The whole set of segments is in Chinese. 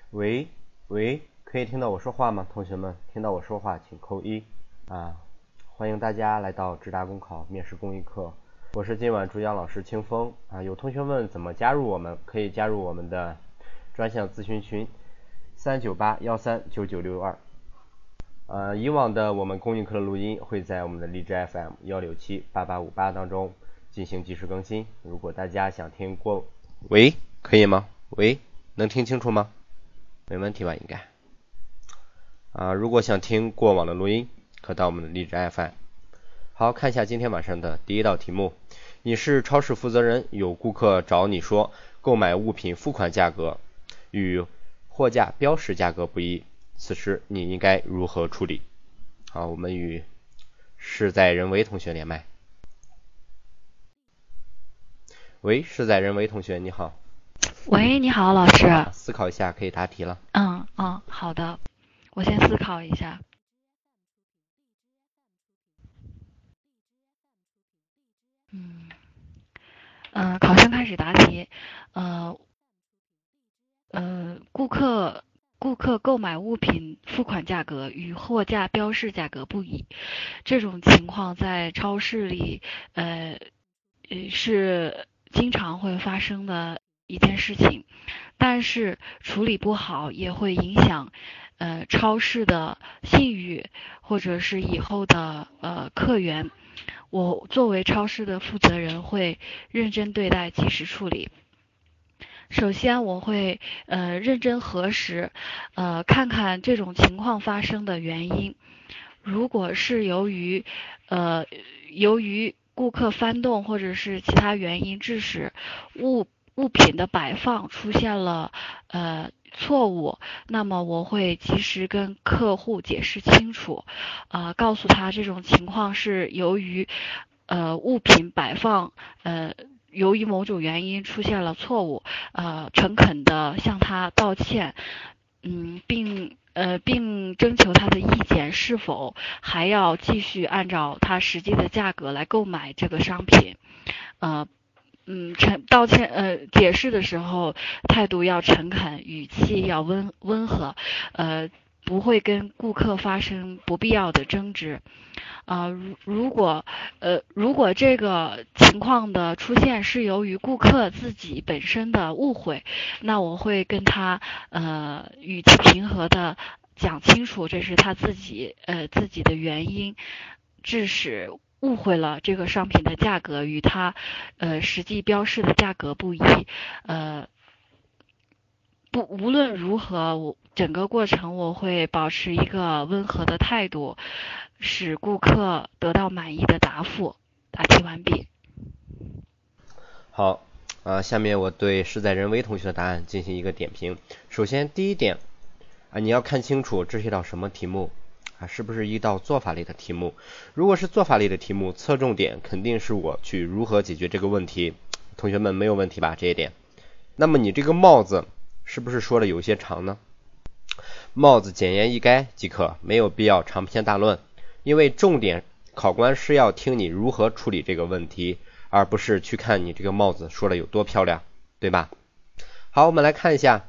喂喂，可以听到我说话吗？同学们，听到我说话请扣一啊！欢迎大家来到直达公考面试公益课，我是今晚主讲老师清风啊。有同学问怎么加入我们，可以加入我们的专项咨询群398139962。以往的我们公益课的录音会在我们的荔枝 FM 1678858当中进行及时更新。如果大家想听过，喂，可以吗？喂，能听清楚吗？没问题吧，应该。如果想听过往的录音，可到我们的荔枝 FM。好，看一下今天晚上的第一道题目。你是超市负责人，有顾客找你说购买物品付款价格与货架标识价格不一，此时你应该如何处理？好，我们与事在人为同学连麦。喂，事在人为同学你好。 喂，你好，老师。 思考一下，可以答题了。 好的，我先思考一下。考生开始答题。顾客购买物品付款价格与货架标示价格不一，这种情况在超市里是经常会发生的一件事情，但是处理不好也会影响超市的信誉或者是以后的客源。我作为超市的负责人会认真对待，及时处理。首先我会认真核实，看看这种情况发生的原因。如果是由于顾客翻动或者是其他原因致使物品的摆放出现了错误，那么我会及时跟客户解释清楚，告诉他这种情况是由于物品摆放由于某种原因出现了错误，诚恳的向他道歉，并征求他的意见，是否还要继续按照他实际的价格来购买这个商品。解释的时候态度要诚恳，语气要温和，不会跟顾客发生不必要的争执。如果这个情况的出现是由于顾客自己本身的误会，那我会跟他语气平和的讲清楚，这是他自己的原因，致使误会了这个商品的价格与他实际标示的价格不一。无论如何，整个过程我会保持一个温和的态度，使顾客得到满意的答复。答题完毕。 好，下面我对事在人为同学的答案进行一个点评。首先第一点你要看清楚这是一道什么题目是不是一道做法类的题目。如果是做法类的题目，侧重点肯定是我去如何解决这个问题。同学们没有问题吧？这一点。那么你这个帽子是不是说的有些长呢？帽子简言一概即可，没有必要长篇大论，因为重点考官是要听你如何处理这个问题，而不是去看你这个帽子说的有多漂亮，对吧？好，我们来看一下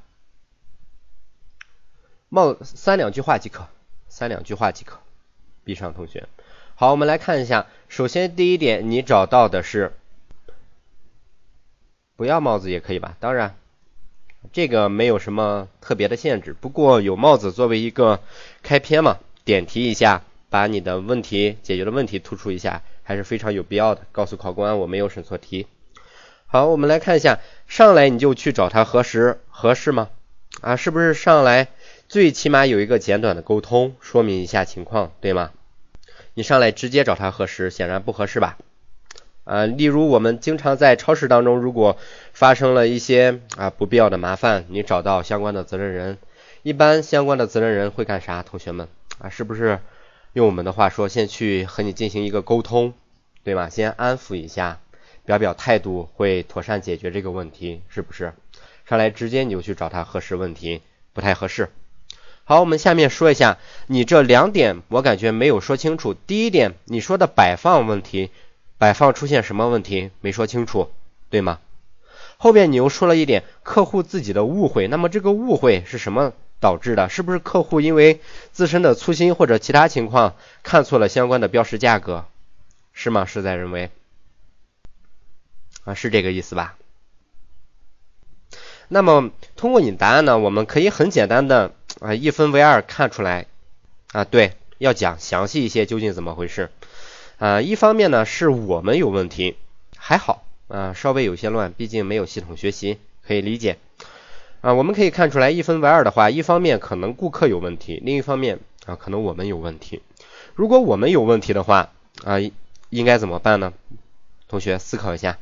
三两句话即可，闭上同学。好，我们来看一下，首先第一点，你找到的是不要帽子也可以吧？当然这个没有什么特别的限制，不过有帽子作为一个开篇嘛，点题一下，把你的问题解决的问题突出一下，还是非常有必要的，告诉考官我没有审错题。好，我们来看一下，上来你就去找他核实，合适吗？是不是上来最起码有一个简短的沟通，说明一下情况，对吗？你上来直接找他核实，显然不合适吧？例如我们经常在超市当中，如果发生了一些不必要的麻烦，你找到相关的责任人，一般相关的责任人会干啥？同学们是不是用我们的话说，先去和你进行一个沟通，对吗？先安抚一下，表态度，会妥善解决这个问题，是不是？上来直接你就去找他核实问题，不太合适。好，我们下面说一下，你这两点我感觉没有说清楚。第一点，你说的摆放问题，摆放出现什么问题没说清楚，对吗？ 后边你又说了一点客户自己的误会，那么这个误会是什么导致的？是不是客户因为自身的粗心或者其他情况看错了相关的标识价格？是吗？是在认为是这个意思吧？那么通过你答案呢，我们可以很简单的一分为二看出来对，要讲详细一些究竟怎么回事一方面呢是我们有问题，还好稍微有些乱，毕竟没有系统学习，可以理解我们可以看出来一分为二的话，一方面可能顾客有问题，另一方面可能我们有问题。如果我们有问题的话应该怎么办呢？同学思考一下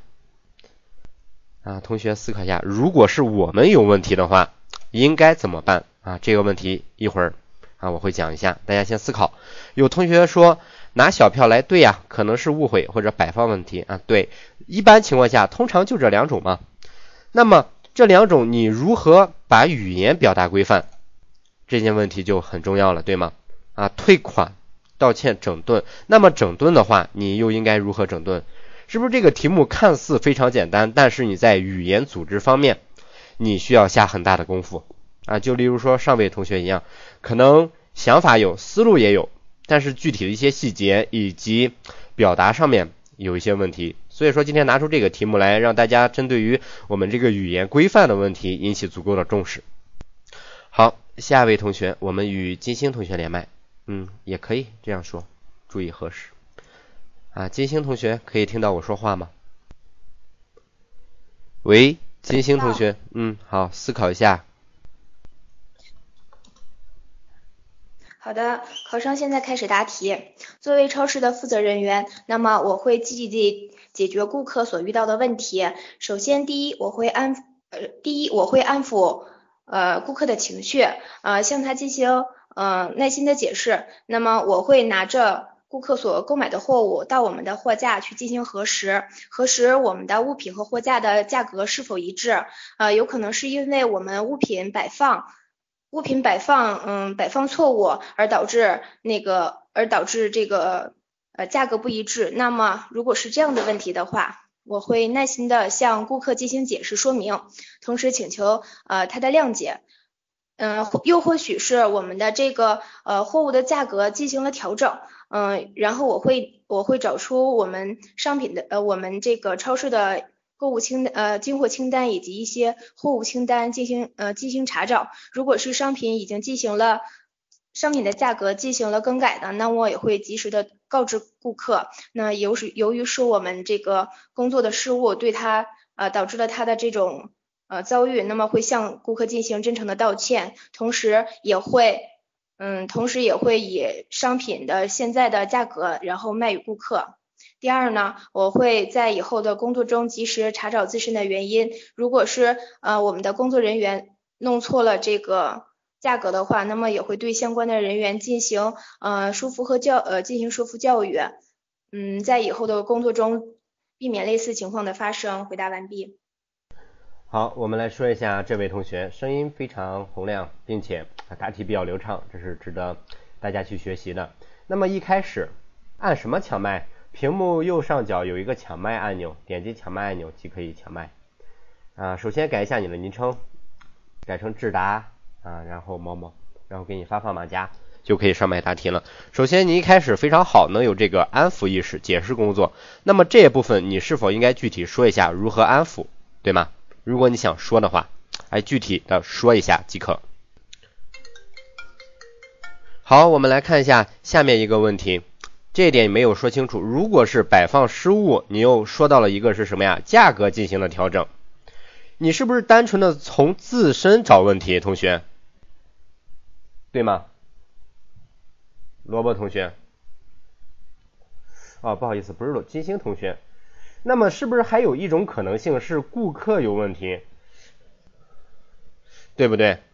如果是我们有问题的话应该怎么办这个问题一会儿我会讲一下，大家先思考。有同学说拿小票来对可能是误会或者摆放问题对，一般情况下通常就这两种嘛。那么这两种你如何把语言表达规范，这件问题就很重要了，对吗？退款、道歉、整顿，那么整顿的话你又应该如何整顿？是不是这个题目看似非常简单，但是你在语言组织方面你需要下很大的功夫就例如说上位同学一样，可能想法有，思路也有，但是具体的一些细节以及表达上面有一些问题。所以说今天拿出这个题目来，让大家针对于我们这个语言规范的问题引起足够的重视。好，下一位同学，我们与金星同学连麦也可以这样说，注意核实金星同学可以听到我说话吗？喂，金星同学好，思考一下。 好的，考生现在开始答题。作为超市的负责人员，那么我会积极地解决顾客所遇到的问题。首先，第一，我会安抚顾客的情绪，向他进行耐心的解释。那么我会拿着顾客所购买的货物到我们的货架去进行核实我们的物品和货架的价格是否一致。有可能是因为我们物品摆放错误而导致这个价格不一致。那么如果是这样的问题的话，我会耐心的向顾客进行解释说明，同时请求他的谅解。又或许是我们的这个货物的价格进行了调整，然后我会找出我们商品的我们这个超市的购物清进货清单以及一些货物清单进行查找。如果是商品的价格进行了更改的，那我也会及时的告知顾客。那由于是我们这个工作的失误，对他导致了他的这种遭遇，那么会向顾客进行真诚的道歉，同时也会以商品的现在的价格然后卖与顾客。第二呢，我会在以后的工作中及时查找自身的原因。如果是我们的工作人员弄错了这个价格的话，那么也会对相关的人员进行说服教育。在以后的工作中避免类似情况的发生。回答完毕。 好，我们来说一下这位同学，声音非常洪亮，并且答题比较流畅，这是值得大家去学习的。那么一开始按什么抢麦？屏幕右上角有一个抢麦按钮，点击抢麦按钮即可以抢麦首先改一下你的昵称，改成智达然后某某，然后给你发放马甲，就可以上麦答题了。首先你一开始非常好，能有这个安抚意识，解释工作，那么这一部分你是否应该具体说一下如何安抚，对吗？如果你想说的话具体的说一下即可。好，我们来看一下下面一个问题，这一点没有说清楚。如果是摆放失误，你又说到了一个是什么呀？价格进行了调整，你是不是单纯的从自身找问题，同学？对吗？萝卜同学不好意思，不是金星同学。那么是不是还有一种可能性是顾客有问题，对不对？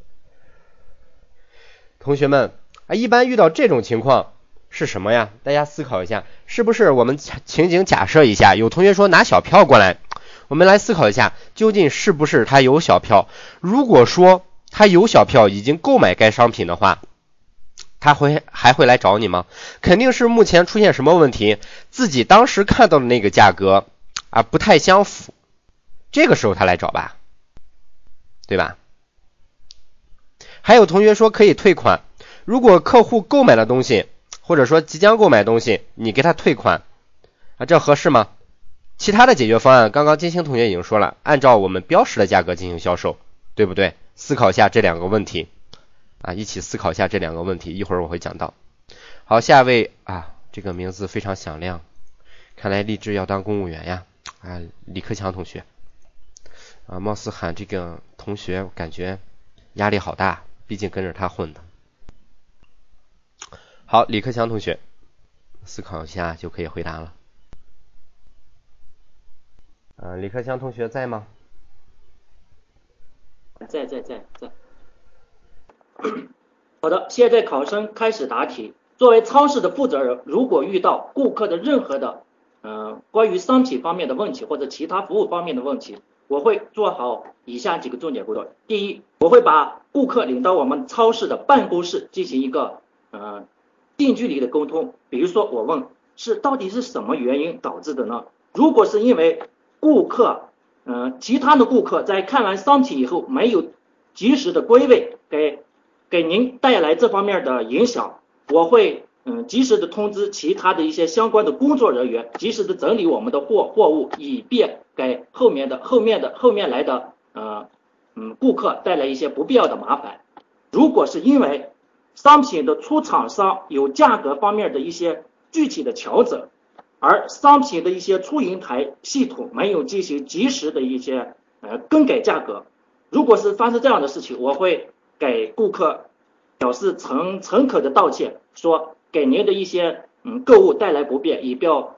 同学们一般遇到这种情况是什么呀？大家思考一下，是不是我们情景假设一下，有同学说拿小票过来，我们来思考一下，究竟是不是他有小票？如果说他有小票，已经购买该商品的话，他还会来找你吗？肯定是目前出现什么问题，自己当时看到的那个价格不太相符， 这个时候他来找吧，对吧？还有同学说可以退款，如果客户购买的东西或者说即将购买东西，你给他退款啊，这合适吗？其他的解决方案，刚刚金星同学已经说了，按照我们标识的价格进行销售，对不对？思考一下这两个问题啊，一起思考一下这两个问题，一会儿我会讲到。好，下一位啊，这个名字非常响亮，看来立志要当公务员呀啊，李克强同学啊，貌似喊这个同学感觉压力好大，毕竟跟着他混的。好，李克强同学思考一下就可以回答了。李克强同学在吗？ 在。好的，现在考生开始答题。作为超市的负责人，如果遇到顾客的任何的关于商品方面的问题或者其他服务方面的问题，我会做好以下几个重点工作。第一，我会把顾客领到我们超市的办公室进行一个近距离的沟通。比如说我问到底是什么原因导致的呢？如果是因为其他的顾客在看完商品以后没有及时的归位，给您带来这方面的影响，我会及时的通知其他的一些相关的工作人员，及时的整理我们的货物，以便给后面来的顾客带来一些不必要的麻烦。如果是因为商品的出厂商有价格方面的一些具体的调整，而商品的一些出银台系统没有进行及时的一些更改价格，如果是发生这样的事情，我会给顾客表示诚恳的道歉，说给您的一些购物带来不便，以表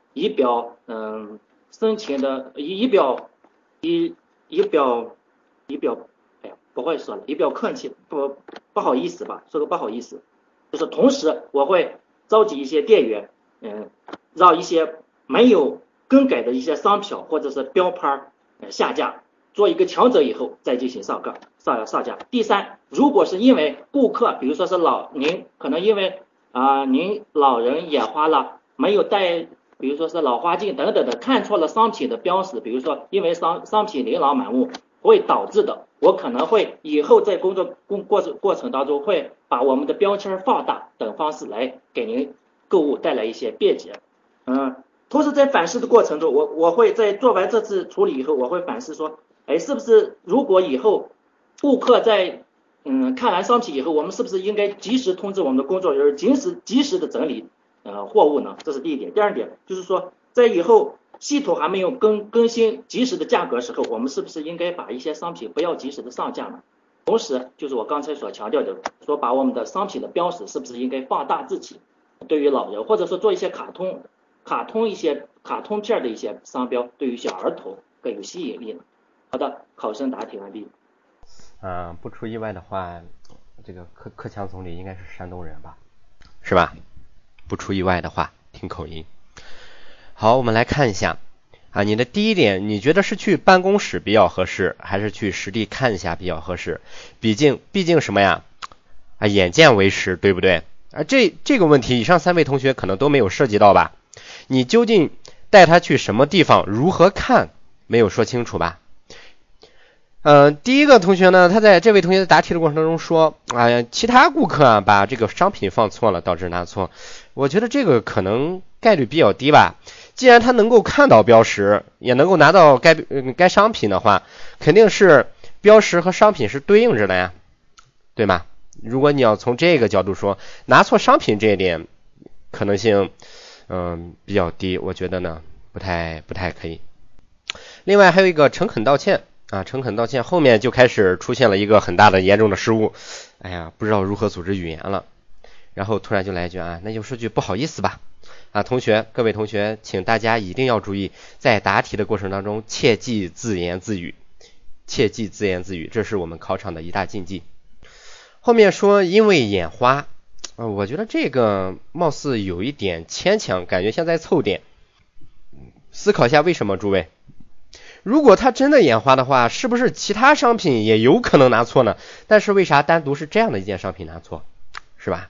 不会说了，以表客气，不好意思吧，说个不好意思。就是同时我会召集一些店员，让一些没有更改的一些商品或者是标牌下架，做一个调整以后再进行上架。第三，如果是因为顾客，比如说是您可能因为您老人眼花了，没有带比如说是老花镜等等的，看错了商品的标识，比如说因为商品琳琅满目会导致的，我可能会以后在工作过程当中会把我们的标签放大等方式来给您购物带来一些便捷。同时在反思的过程中，我会在做完这次处理以后，我会反思说，是不是如果以后顾客在看完商品以后，我们是不是应该及时通知我们的工作人员，及时的整理货物呢？这是第一点。第二点就是说，在以后系统还没有更新及时的价格时候，我们是不是应该把一些商品不要及时的上架呢？同时就是我刚才所强调的，说把我们的商品的标识是不是应该放大字体，对于老人或者说做一些卡通片的一些商标，对于一些儿童更有吸引力呢？好的，考生答题完毕。 不出意外的话，这个克强总理应该是山东人吧，是吧？不出意外的话，听口音。好，我们来看一下你的第一点，你觉得是去办公室比较合适，还是去实地看一下比较合适？毕竟什么呀？眼见为实，对不对？这个问题，以上3位同学可能都没有涉及到吧？你究竟带他去什么地方，如何看，没有说清楚吧？第一个同学呢，这位同学在答题的过程当中说，其他顾客把这个商品放错了，导致拿错。我觉得这个可能概率比较低吧。既然他能够看到标识，也能够拿到该商品的话，肯定是标识和商品是对应着的呀，对吗？如果你要从这个角度说，拿错商品这一点可能性比较低，我觉得呢不太可以。另外还有一个诚恳道歉后面就开始出现了一个很大的严重的失误，不知道如何组织语言了，然后突然就来一句那就说句不好意思吧。各位同学，请大家一定要注意，在答题的过程当中切忌自言自语，这是我们考场的一大禁忌。后面说因为眼花，我觉得这个貌似有一点牵强，感觉像在凑点。思考一下为什么，诸位？如果他真的眼花的话，是不是其他商品也有可能拿错呢？但是为啥单独是这样的一件商品拿错，是吧？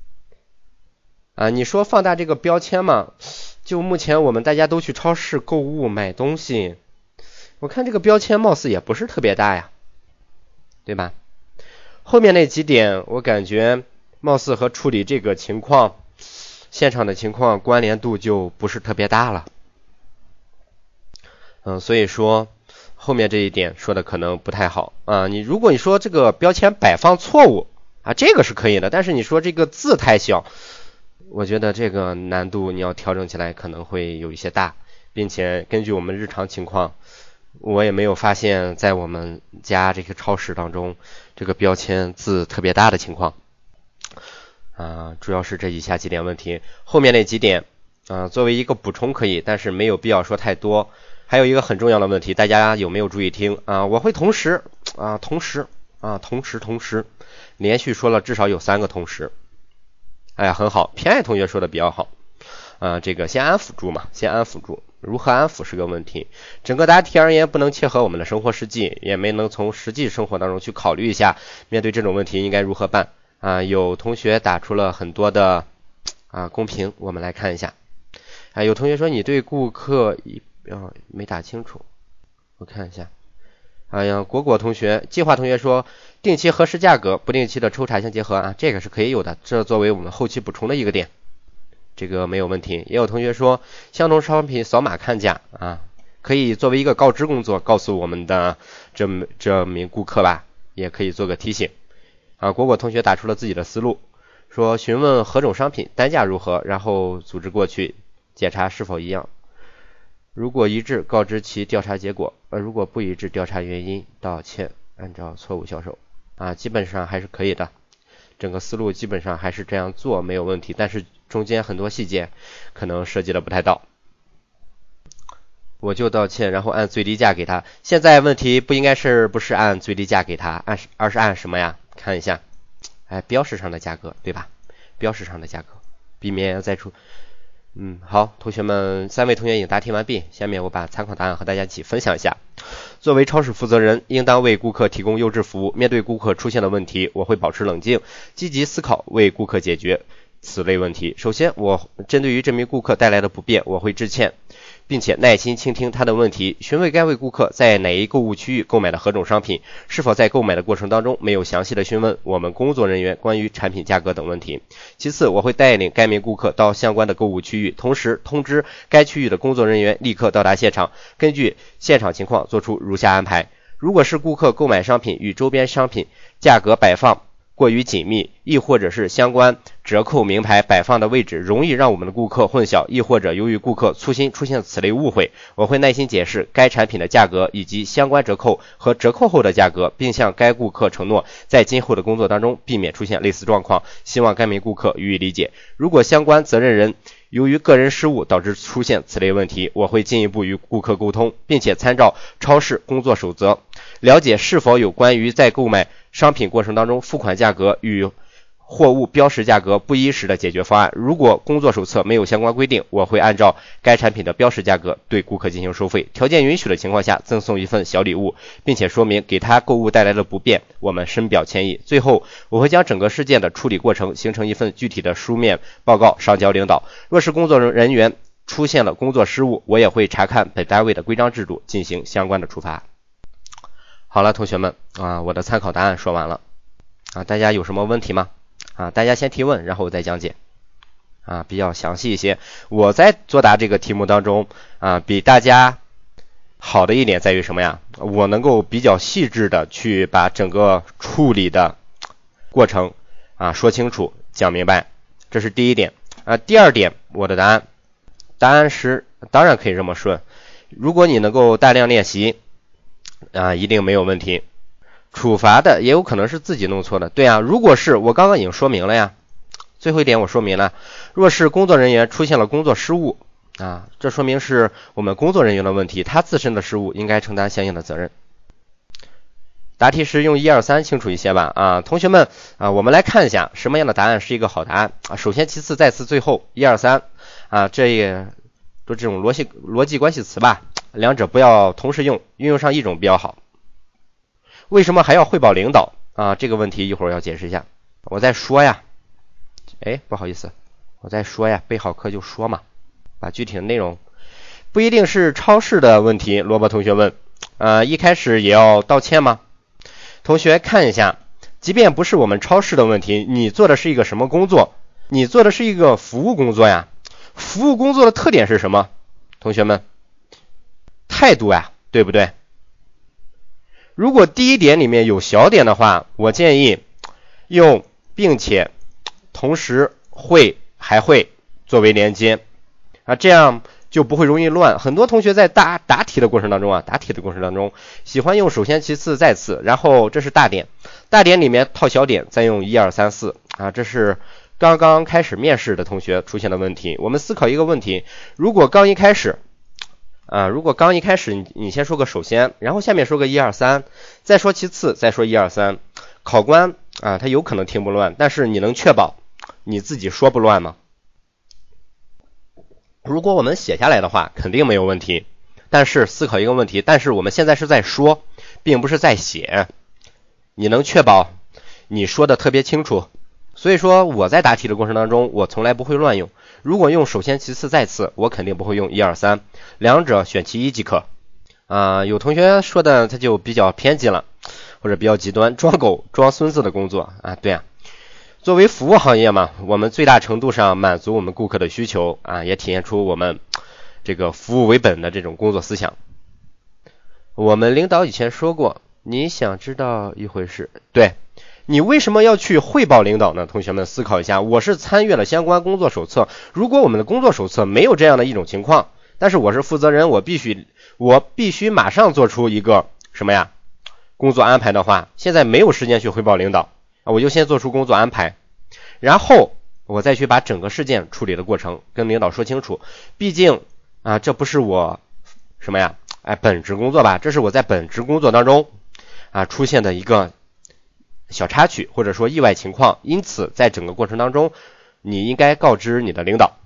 你说放大这个标签嘛，就目前我们大家都去超市购物买东西， 我看这个标签貌似也不是特别大呀，对吧？后面那几点我感觉貌似和处理这个情况现场的情况关联度就不是特别大了。所以说后面这一点说的可能不太好啊。如果你说这个标签摆放错误啊，这个是可以的，但是你说这个字太小，我觉得这个难度你要调整起来可能会有一些大，并且根据我们日常情况，我也没有发现在我们家这个超市当中这个标签字特别大的情况主要是这以下几点问题，后面那几点作为一个补充可以，但是没有必要说太多。还有一个很重要的问题，大家有没有注意听我会同时连续说了至少有3个同时。哎呀，很好，偏爱同学说的比较好这个先安抚住嘛，先安抚住，如何安抚是个问题。整个答题而言不能切合我们的生活实际，也没能从实际生活当中去考虑一下面对这种问题应该如何办有同学打出了很多的公屏，我们来看一下有同学说你对顾客没打清楚，我看一下果同学计划同学说定期核实价格，不定期的抽查相结合这个是可以有的，这作为我们后期补充的一个点，这个没有问题。也有同学说相同商品扫码看价可以作为一个告知工作告诉我们的这名顾客吧，也可以做个提醒果同学打出了自己的思路，说询问何种商品单价如何，然后组织过去检查是否一样，如果一致告知其调查结果，如果不一致调查原因，道歉，按照错误销售基本上还是可以的，整个思路基本上还是这样做没有问题，但是中间很多细节可能涉及的不太到。我就道歉，然后按最低价给他。现在问题不应该不是按最低价给他，而是按什么呀？看一下标识上的价格，对吧？标识上的价格，避免再出好，同学们3位同学已经答题完毕，下面我把参考答案和大家一起分享一下。作为超市负责人，应当为顾客提供优质服务，面对顾客出现的问题，我会保持冷静，积极思考为顾客解决此类问题。首先，我针对于这名顾客带来的不便，我会致歉，并且耐心倾听他的问题，询问该位顾客在哪一购物区域购买的何种商品，是否在购买的过程当中没有详细的询问我们工作人员关于产品价格等问题。其次，我会带领该名顾客到相关的购物区域，同时通知该区域的工作人员立刻到达现场，根据现场情况做出如下安排。如果是顾客购买商品与周边商品价格摆放过于紧密，亦或者是相关折扣名牌摆放的位置容易让我们的顾客混淆，亦或者由于顾客粗心出现此类误会，我会耐心解释该产品的价格以及相关折扣和折扣后的价格，并向该顾客承诺在今后的工作当中避免出现类似状况，希望该名顾客予以理解。如果相关责任人由于个人失误导致出现此类问题，我会进一步与顾客沟通，并且参照超市工作守则，了解是否有关于在购买商品过程当中付款价格与货物标识价格不一时的解决方案。如果工作手册没有相关规定，我会按照该产品的标识价格对顾客进行收费，条件允许的情况下赠送一份小礼物，并且说明给他购物带来的不便，我们深表歉意。最后，我会将整个事件的处理过程形成一份具体的书面报告上交领导。若是工作人员出现了工作失误，我也会查看本单位的规章制度，进行相关的处罚。好了，同学们我的参考答案说完了大家有什么问题吗？大家先提问，然后我再讲解比较详细一些。我在作答这个题目当中比大家好的一点在于什么呀？我能够比较细致的去把整个处理的过程说清楚讲明白，这是第一点第二点，我的答案是当然可以这么顺，如果你能够大量练习一定没有问题。处罚的也有可能是自己弄错的，对如果是我刚刚已经说明了呀，最后一点我说明了，若是工作人员出现了工作失误这说明是我们工作人员的问题，他自身的失误应该承担相应的责任。答题时用1、2、3清楚一些吧同学们我们来看一下什么样的答案是一个好答案首先其次再次最后1、2、3这也都这种逻辑关系词吧，两者不要同时用，运用上一种比较好。为什么还要汇报领导这个问题一会儿要解释一下。我在说呀不好意思，我在说呀，备好课就说嘛，把具体的内容不一定是超市的问题。萝卜同学问一开始也要道歉吗？同学看一下，即便不是我们超市的问题，你做的是一个什么工作？你做的是一个服务工作呀。服务工作的特点是什么？同学们，态度呀，对不对？如果第一点里面有小点的话，我建议用并且同时会还会作为连接这样就不会容易乱。很多同学在答题的过程当中喜欢用首先其次再次，然后这是大点，大点里面套小点，再用1、2、3、4这是刚刚开始面试的同学出现的问题。我们思考一个问题，如果刚一开始你先说个首先，然后下面说个1、2、3，再说其次，再说1、2、3，考官他有可能听不乱，但是你能确保你自己说不乱吗？如果我们写下来的话，肯定没有问题。但是思考一个问题，但是我们现在是在说，并不是在写，你能确保你说的特别清楚？所以说我在答题的过程当中，我从来不会乱用。如果用首先其次再次，我肯定不会用1、2、3，两者选其一即可。有同学说的他就比较偏激了，或者比较极端，装狗装孙子的工作对作为服务行业嘛，我们最大程度上满足我们顾客的需求也体现出我们这个服务为本的这种工作思想。我们领导以前说过，你想知道一回事，对，你为什么要去汇报领导呢？同学们思考一下，我是参阅了相关工作手册，如果我们的工作手册没有这样的一种情况，但是我是负责人，我必须马上做出一个什么呀工作安排的话，现在没有时间去汇报领导我就先做出工作安排，然后我再去把整个事件处理的过程跟领导说清楚。毕竟这不是我什么呀本职工作吧，这是我在本职工作当中出现的一个小插曲或者说意外情况，因此在整个过程当中你应该告知你的领导。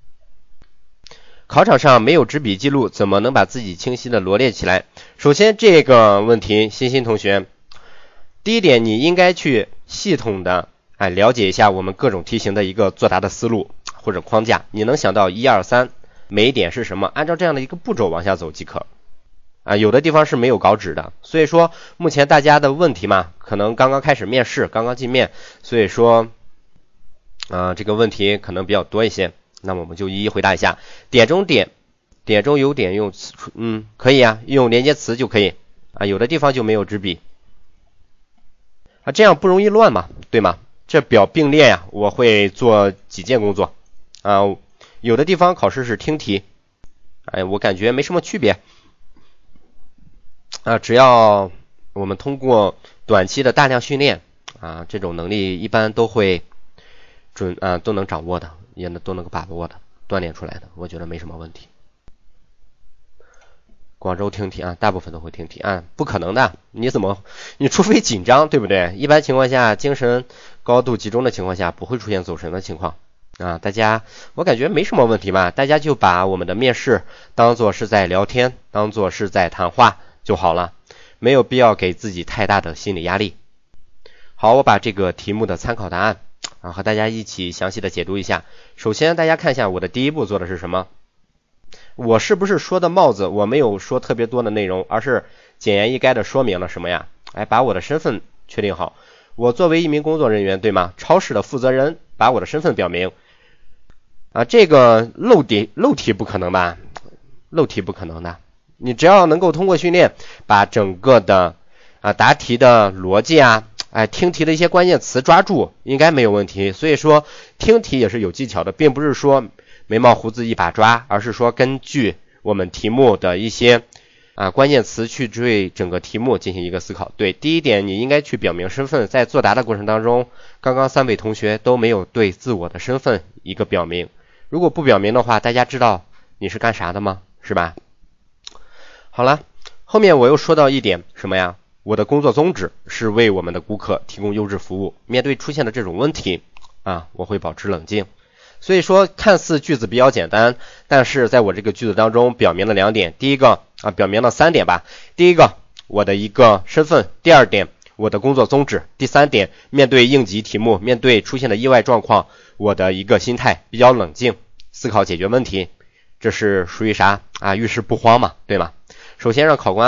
考场上没有纸笔记录，怎么能把自己清晰的罗列起来？首先这个问题，欣欣同学，第一点你应该去系统的了解一下我们各种题型的一个作答的思路或者框架，你能想到1、2、3每一点是什么，按照这样的一个步骤往下走即可有的地方是没有稿纸的，所以说目前大家的问题嘛，可能刚刚开始面试，刚刚进面，所以说这个问题可能比较多一些，那么我们就一一回答一下。点中点，点中有点用词可以用连接词就可以有的地方就没有纸笔这样不容易乱嘛，对吗？这表并列我会做几件工作有的地方考试是听题我感觉没什么区别只要我们通过短期的大量训练这种能力一般都会都能掌握的，也都能够把握的，锻炼出来的，我觉得没什么问题。广州听题大部分都会听题不可能的，你除非紧张，对不对？一般情况下精神高度集中的情况下不会出现走神的情况大家我感觉没什么问题吧，大家就把我们的面试当作是在聊天，当作是在谈话就好了，没有必要给自己太大的心理压力。好，我把这个题目的参考答案和大家一起详细的解读一下。首先大家看一下我的第一步做的是什么，我是不是说的帽子我没有说特别多的内容，而是简言一概的说明了什么呀把我的身份确定好，我作为一名工作人员，对吗？超市的负责人，把我的身份表明这个漏题不可能吧？漏题不可能的，你只要能够通过训练把整个的答题的逻辑听题的一些关键词抓住，应该没有问题。所以说听题也是有技巧的，并不是说眉毛胡子一把抓，而是说根据我们题目的一些关键词去对整个题目进行一个思考。对，第一点你应该去表明身份，在作答的过程当中，刚刚3位同学都没有对自我的身份一个表明，如果不表明的话，大家知道你是干啥的吗？是吧？好了，后面我又说到一点什么呀？我的工作宗旨是为我们的顾客提供优质服务，面对出现的这种问题我会保持冷静。所以说看似句子比较简单，但是在我这个句子当中表明了2点，第一个表明了3点吧。第一个我的一个身份，第2点我的工作宗旨，第3点面对应急题目，面对出现的意外状况，我的一个心态比较冷静，思考解决问题，这是属于啥遇事不慌嘛，对吗？首先让考官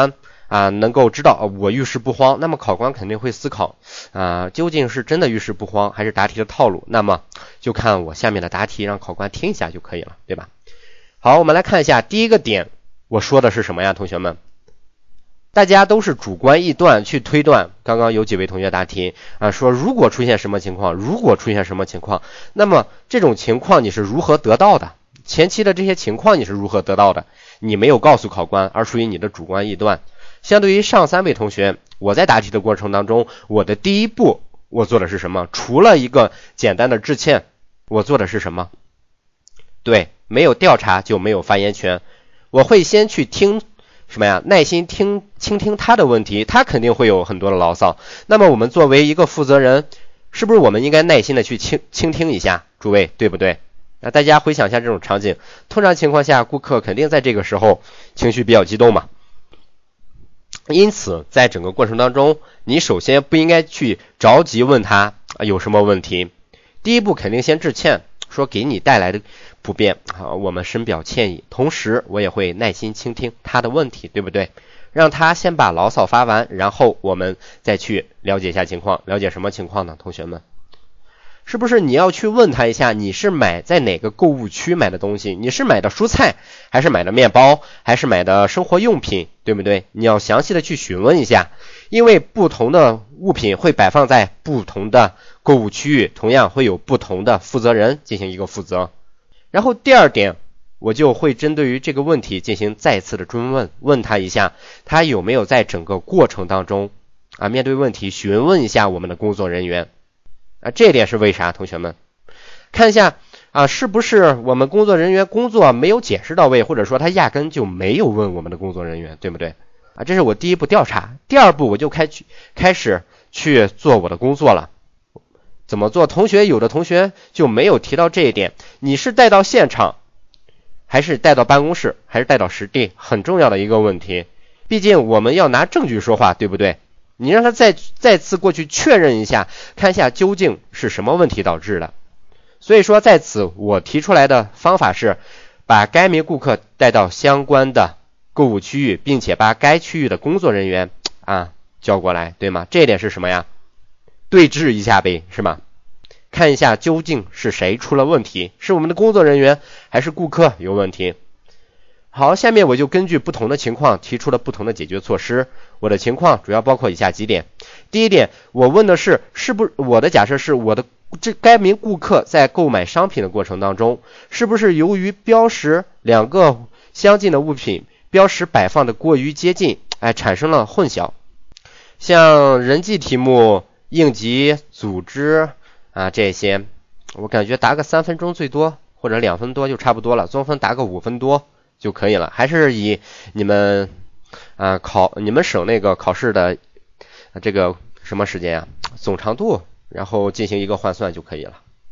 能够知道我遇事不慌，那么考官肯定会思考究竟是真的遇事不慌还是答题的套路，那么就看我下面的答题，让考官听一下就可以了，对吧？好，我们来看一下第一个点，我说的是什么呀，同学们？大家都是主观臆断去推断，刚刚有几位同学答题说如果出现什么情况，如果出现什么情况，那么这种情况你是如何得到的？前期的这些情况你是如何得到的？你没有告诉考官，而属于你的主观臆断。相对于上3位同学，我在答题的过程当中，我的第一步我做的是什么？除了一个简单的致歉，我做的是什么？对，没有调查就没有发言权。我会先去听什么呀？耐心倾听他的问题，他肯定会有很多的牢骚。那么我们作为一个负责人，是不是我们应该耐心的去倾听一下？诸位，对不对？大家回想一下这种场景，通常情况下，顾客肯定在这个时候情绪比较激动嘛。因此，在整个过程当中，你首先不应该去着急问他有什么问题。第一步肯定先致歉，说给你带来的不便我们深表歉意。同时，我也会耐心倾听他的问题，对不对？让他先把牢骚发完，然后我们再去了解一下情况。了解什么情况呢？同学们，是不是你要去问他一下，你是买在哪个购物区买的东西？你是买的蔬菜，还是买的面包，还是买的生活用品，对不对？你要详细的去询问一下，因为不同的物品会摆放在不同的购物区域，同样会有不同的负责人进行一个负责。然后第二点，我就会针对于这个问题进行再次的追问，问他一下，他有没有在整个过程当中面对问题询问一下我们的工作人员。这一点是为啥？同学们看一下是不是我们工作人员工作没有解释到位，或者说他压根就没有问我们的工作人员，对不对？这是我第一步调查。第二步我就开始去做我的工作了。怎么做？有的同学就没有提到这一点，你是带到现场，还是带到办公室，还是带到实地？很重要的一个问题，毕竟我们要拿证据说话，对不对？你让他再次过去确认一下，看一下究竟是什么问题导致的。所以说在此我提出来的方法是把该名顾客带到相关的购物区域，并且把该区域的工作人员叫过来，对吗？这一点是什么呀？对峙一下呗，是吗？看一下究竟是谁出了问题，是我们的工作人员还是顾客有问题。好，下面我就根据不同的情况提出了不同的解决措施。我的情况主要包括以下几点。第一点，我问的是不是我的假设是该名顾客在购买商品的过程当中，是不是由于标识两个相近的物品标识摆放的过于接近，产生了混淆。像人际题目、应急、组织这些，我感觉答个3分钟最多，或者2分多就差不多了，总分答个5分多就可以了。还是以你们你们省那个考试的这个什么时间总长度，然后进行一个换算就可以了。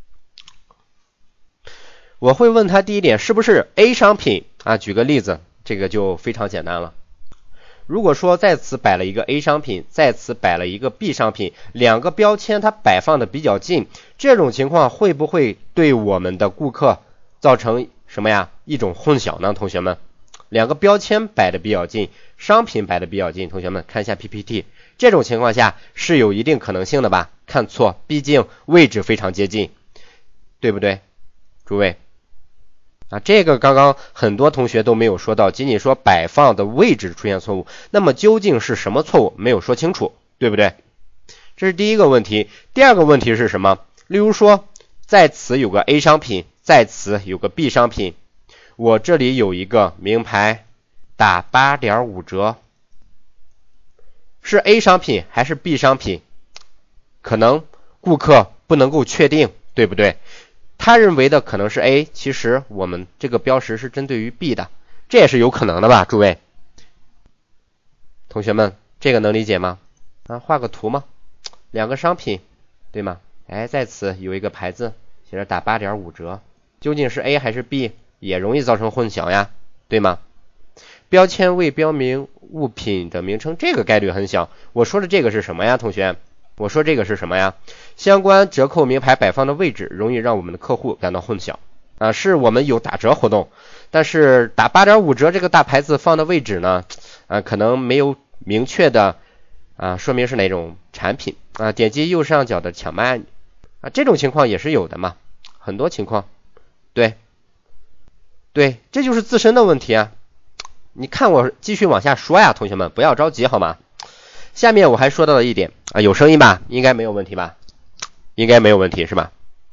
我会问他第一点是不是 A 商品举个例子，这个就非常简单了。如果说在此摆了一个 A 商品，在此摆了一个 B 商品，两个标签它摆放的比较近，这种情况会不会对我们的顾客造成什么呀？一种混淆呢？同学们，两个标签摆的比较近，商品摆的比较近，同学们看一下 PPT， 这种情况下是有一定可能性的吧？看错，毕竟位置非常接近，对不对？诸位这个刚刚很多同学都没有说到，仅仅说摆放的位置出现错误，那么究竟是什么错误没有说清楚，对不对？这是第一个问题。第二个问题是什么？例如说在此有个 A 商品，在此有个 B 商品，我这里有一个名牌打 8.5 折，是 A 商品还是 B 商品？可能顾客不能够确定，对不对？他认为的可能是 A， 其实我们这个标识是针对于 B 的，这也是有可能的吧？诸位同学们，这个能理解吗？画个图吗？两个商品，对吗？在此有一个牌子写着打 8.5 折，究竟是 A 还是 B 也容易造成混淆呀，对吗？标签未标明物品的名称，这个概率很小。我说的这个是什么呀，同学？我说这个是什么呀？相关折扣名牌摆放的位置容易让我们的客户感到混淆是我们有打折活动，但是打 8.5 折这个大牌子放的位置呢可能没有明确的说明是哪种产品点击右上角的抢卖按钮这种情况也是有的嘛，很多情况。对，这就是自身的问题啊。你看我继续往下说呀，同学们不要着急好吗？下面我还说到了一点有声音吧？应该没有问题吧？应该没有问题是吧？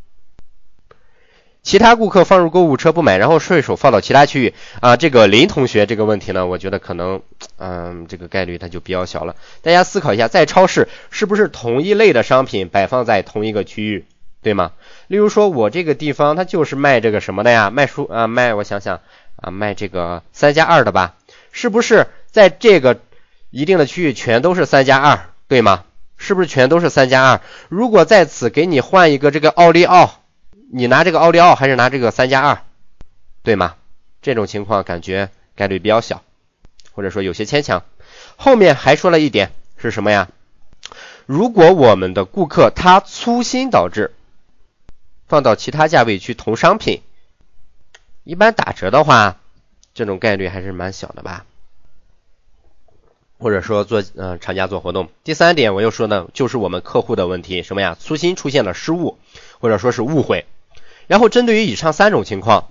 其他顾客放入购物车不买，然后顺手放到其他区域这个林同学这个问题呢，我觉得可能这个概率它就比较小了。大家思考一下，在超市是不是同一类的商品摆放在同一个区域，对吗？例如说我这个地方它就是卖这个什么的呀，卖书卖我想想卖这个3+2的吧，是不是在这个一定的区域全都是3+2，对吗？是不是全都是3+2？如果在此给你换一个这个奥利奥，你拿这个奥利奥还是拿这个3+2，对吗？这种情况感觉概率比较小，或者说有些牵强。后面还说了一点是什么呀？如果我们的顾客他粗心导致放到其他价位区同商品，一般打折的话，这种概率还是蛮小的吧。或者说做厂家做活动。第三点我又说呢，就是我们客户的问题，什么呀？粗心出现了失误，或者说是误会。然后针对于以上三种情况，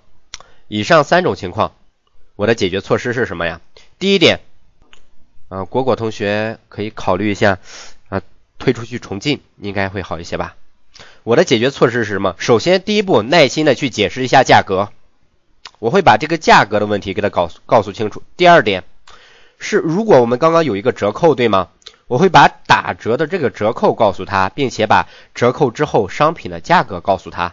我的解决措施是什么呀？第一点果同学可以考虑一下退出去重进，应该会好一些吧。我的解决措施是什么？首先第一步，耐心的去解释一下价格，我会把这个价格的问题给他告诉清楚。第二点是，如果我们刚刚有一个折扣，对吗？我会把打折的这个折扣告诉他，并且把折扣之后商品的价格告诉他。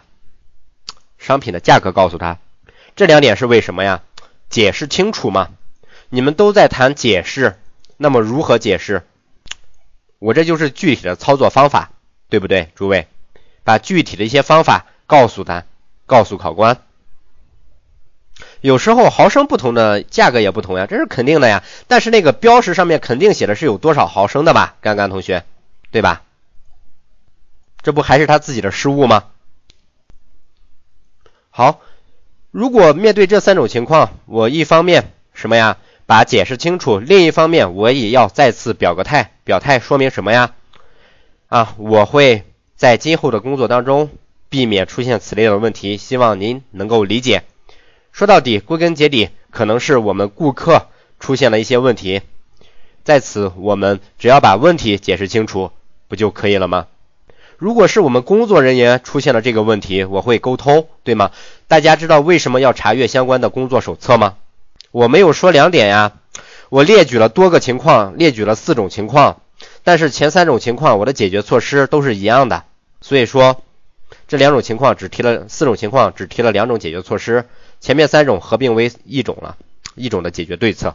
这两点是为什么呀？解释清楚嘛。你们都在谈解释，那么如何解释？我这就是具体的操作方法，对不对？诸位，把具体的一些方法告诉考官。有时候毫升不同的价格也不同呀，这是肯定的呀。但是那个标识上面肯定写的是有多少毫升的吧，干干同学，对吧？这不还是他自己的失误吗？好，如果面对这三种情况，我一方面什么呀，把解释清楚，另一方面我也要再次表态，说明什么呀？我会在今后的工作当中避免出现此类的问题，希望您能够理解。说到底，归根结底，可能是我们顾客出现了一些问题，在此我们只要把问题解释清楚，不就可以了吗？如果是我们工作人员出现了这个问题，我会沟通，对吗？大家知道为什么要查阅相关的工作手册吗？我没有说2点呀，我列举了多个情况，列举了4种情况，但是前3种情况我的解决措施都是一样的，所以说这4种情况只提了2种解决措施，前面3种合并为一种的解决对策。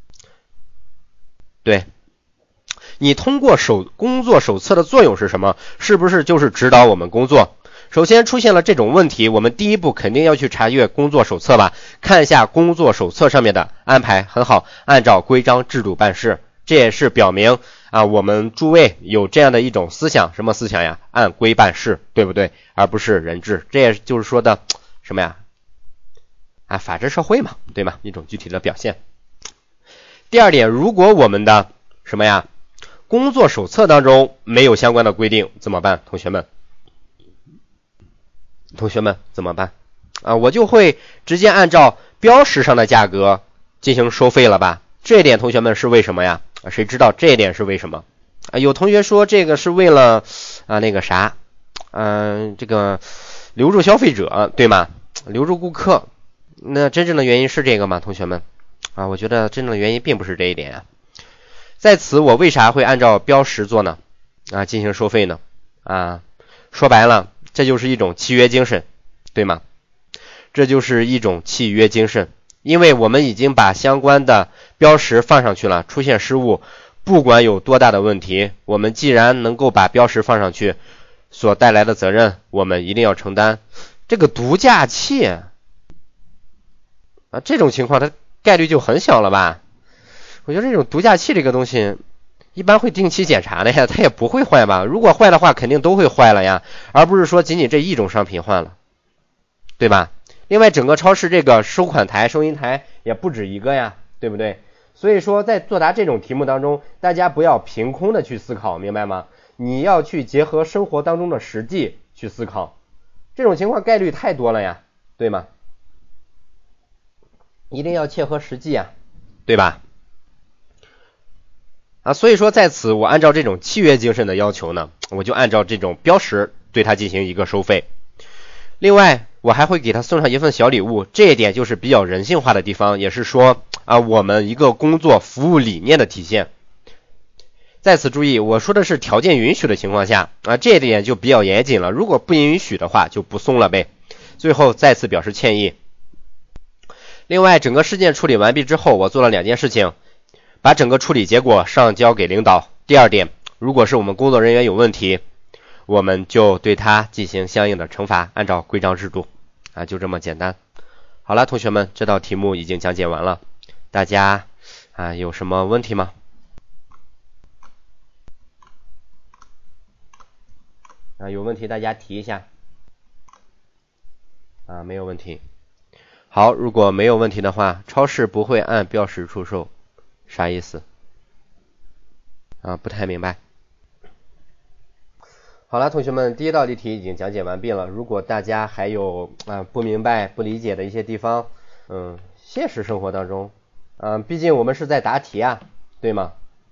对，你通过工作手册的作用是什么？是不是就是指导我们工作？首先出现了这种问题，我们第一步肯定要去查阅工作手册吧，看一下工作手册上面的安排很好，按照规章制度办事。这也是表明我们诸位有这样的一种思想，什么思想呀？按规办事，对不对？而不是人治。这也就是说的什么呀？法治社会嘛，对吗？一种具体的表现。第二点，如果我们的什么呀？工作手册当中没有相关的规定怎么办？同学们怎么办？我就会直接按照标识上的价格进行收费了吧？这一点同学们是为什么呀？谁知道这一点是为什么？有同学说这个是为了这个留住消费者，对吗？留住顾客。那真正的原因是这个吗？同学们我觉得真正的原因并不是这一点在此我为啥会按照标识做呢？进行收费呢？说白了，这就是一种契约精神，对吗？这就是一种契约精神，因为我们已经把相关的标识放上去了，出现失误，不管有多大的问题，我们既然能够把标识放上去，所带来的责任我们一定要承担。这个读价器这种情况它概率就很小了吧？我觉得这种读价器这个东西一般会定期检查的呀，它也不会坏吧？如果坏的话肯定都会坏了呀，而不是说仅仅这一种商品换了，对吧？另外整个超市这个收款台收银台也不止一个呀，对不对？ 所以说在作答这种题目当中，大家不要凭空的去思考，明白吗？你要去结合生活当中的实际去思考，这种情况概率太多了呀，对吗？一定要切合实际啊，对吧？所以说在此我按照这种契约精神的要求呢，我就按照这种标识对他进行一个收费。另外我还会给他送上一份小礼物，这一点就是比较人性化的地方，也是说我们一个工作服务理念的体现。在此注意，我说的是条件允许的情况下这一点就比较严谨了，如果不允许的话就不送了呗。最后再次表示歉意。另外整个事件处理完毕之后，我做了2件事情，把整个处理结果上交给领导。第二点，如果是我们工作人员有问题，我们就对他进行相应的惩罚，按照规章制度就这么简单。好了，同学们，这道题目已经讲解完了，大家有什么问题吗？有问题大家提一下。没有问题。好，如果没有问题的话，超市不会按标识出售，啥意思？不太明白。好了，同学们，第一道例题已经讲解完毕了。如果大家还有不明白、不理解的一些地方，现实生活当中，毕竟我们是在答题对吗？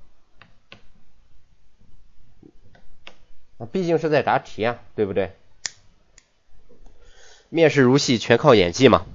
毕竟是在答题对不对？面试如戏，全靠演技嘛。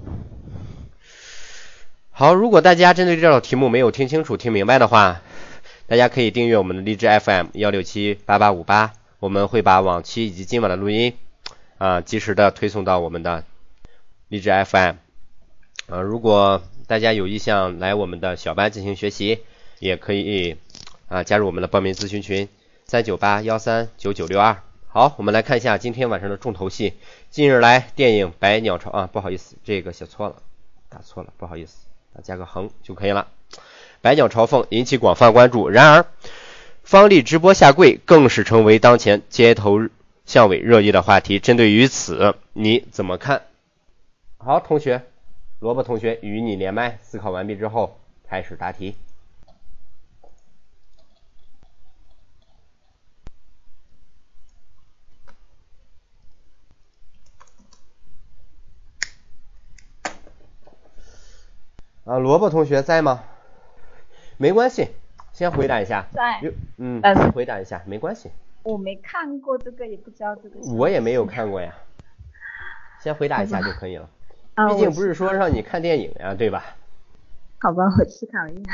好，如果大家针对这道题目没有听清楚、听明白的话，大家可以订阅我们的荔枝 FM1678858，我们会把往期以及今晚的录音及时的推送到我们的荔枝 FM。如果大家有意向来我们的小班进行学习，也可以加入我们的报名咨询群398139962。好，我们来看一下今天晚上的重头戏。近日来电影《百鸟朝》不好意思，这个写错了，打错了，不好意思，加个横就可以了。百鸟朝凤引起广泛关注，然而方丽直播下跪更是成为当前街头巷尾热议的话题。针对于此，你怎么看？好，同学，萝卜同学与你连麦，思考完毕之后开始答题。萝卜同学在吗？没关系，先回答一下。 在。 先回答一下，没关系。 我没看过这个，也不知道这个。 我也没有看过呀。先回答一下就可以了。毕竟不是说让你看电影呀，对吧？ 好吧，我思考一下。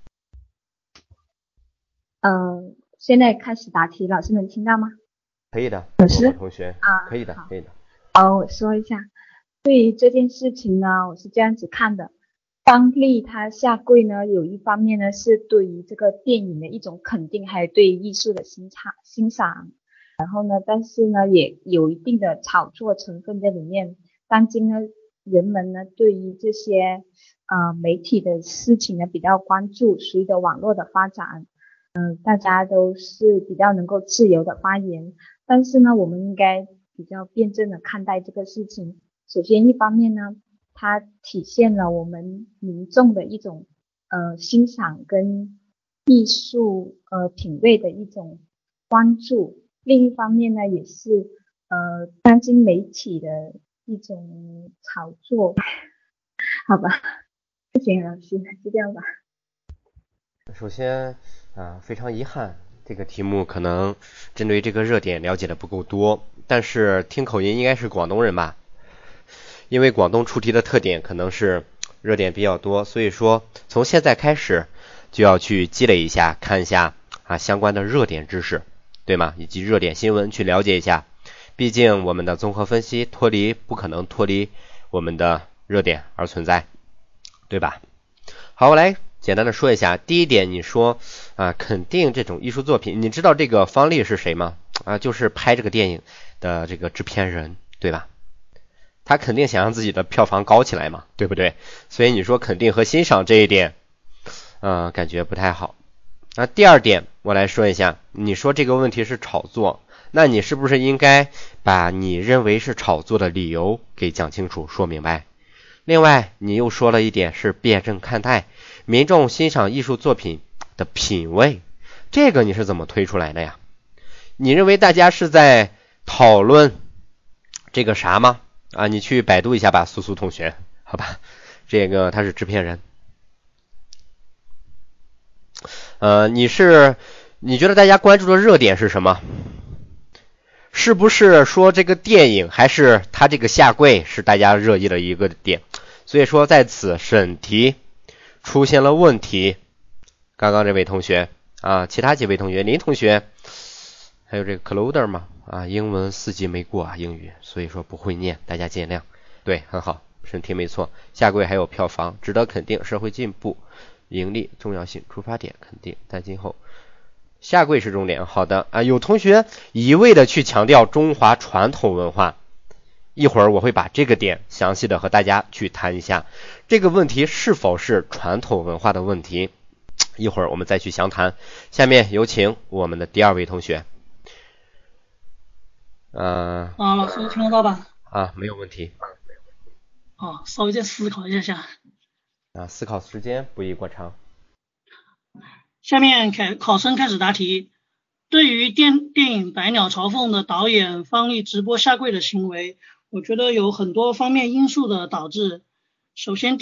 现在开始答题，老师能听到吗？ 可以的， 老师。 同学可以的，可以的。 我说一下，对于这件事情呢，我是这样子看的。方丽她下跪呢，有一方面呢是对于这个电影的一种肯定，还有对于艺术的欣赏，然后呢，但是呢也有一定的炒作成分在里面。当今呢，人们呢对于这些媒体的事情呢比较关注，随着网络的发展，大家都是比较能够自由的发言，但是呢，我们应该比较辩证的看待这个事情。首先，一方面呢，它体现了我们民众的一种欣赏跟艺术品味的一种关注，另一方面呢，也是当今媒体的一种炒作。好吧，行，老师就这样吧。 首先非常遗憾，这个题目可能针对这个热点了解的不够多，但是听口音应该是广东人吧，因为广东出题的特点可能是热点比较多，所以说从现在开始就要去积累一下，看一下相关的热点知识，对吗？以及热点新闻去了解一下，毕竟我们的综合分析不可能脱离我们的热点而存在，对吧？好，我来简单的说一下。第一点，你说肯定这种艺术作品，你知道这个方丽是谁吗？就是拍这个电影的这个制片人，对吧？他肯定想让自己的票房高起来嘛，对不对？所以你说肯定和欣赏这一点感觉不太好。第二点我来说一下，你说这个问题是炒作，那你是不是应该把你认为是炒作的理由给讲清楚说明白？另外你又说了一点是辩证看待， 民众欣赏艺术作品的品味，这个你是怎么推出来的呀？你认为大家是在讨论这个啥吗？你去百度一下吧，苏苏同学，好吧，这个他是制片人。你觉得大家关注的热点是什么？是不是说这个电影，还是他这个下跪是大家热议的一个点？所以说在此审题出现了问题。刚刚这位同学其他几位同学，林同学还有这个 Cloder 嘛英文4级没过英语，所以说不会念，大家见谅。对，很好，审题没错。下跪还有票房，值得肯定，社会进步，盈利重要性，出发点肯定，但今后下跪是重点。好的有同学一味的去强调中华传统文化，一会儿我会把这个点详细的和大家去谈一下，这个问题是否是传统文化的问题，一会儿我们再去详谈。下面有请我们的第2位同学。 老师听得到吧？ 没有问题。 稍微再思考一下。 思考时间不宜过长。 下面考生开始答题。对于电影《百鸟朝凤》的导演方励直播下跪的行为，我觉得有很多方面因素的导致。首先，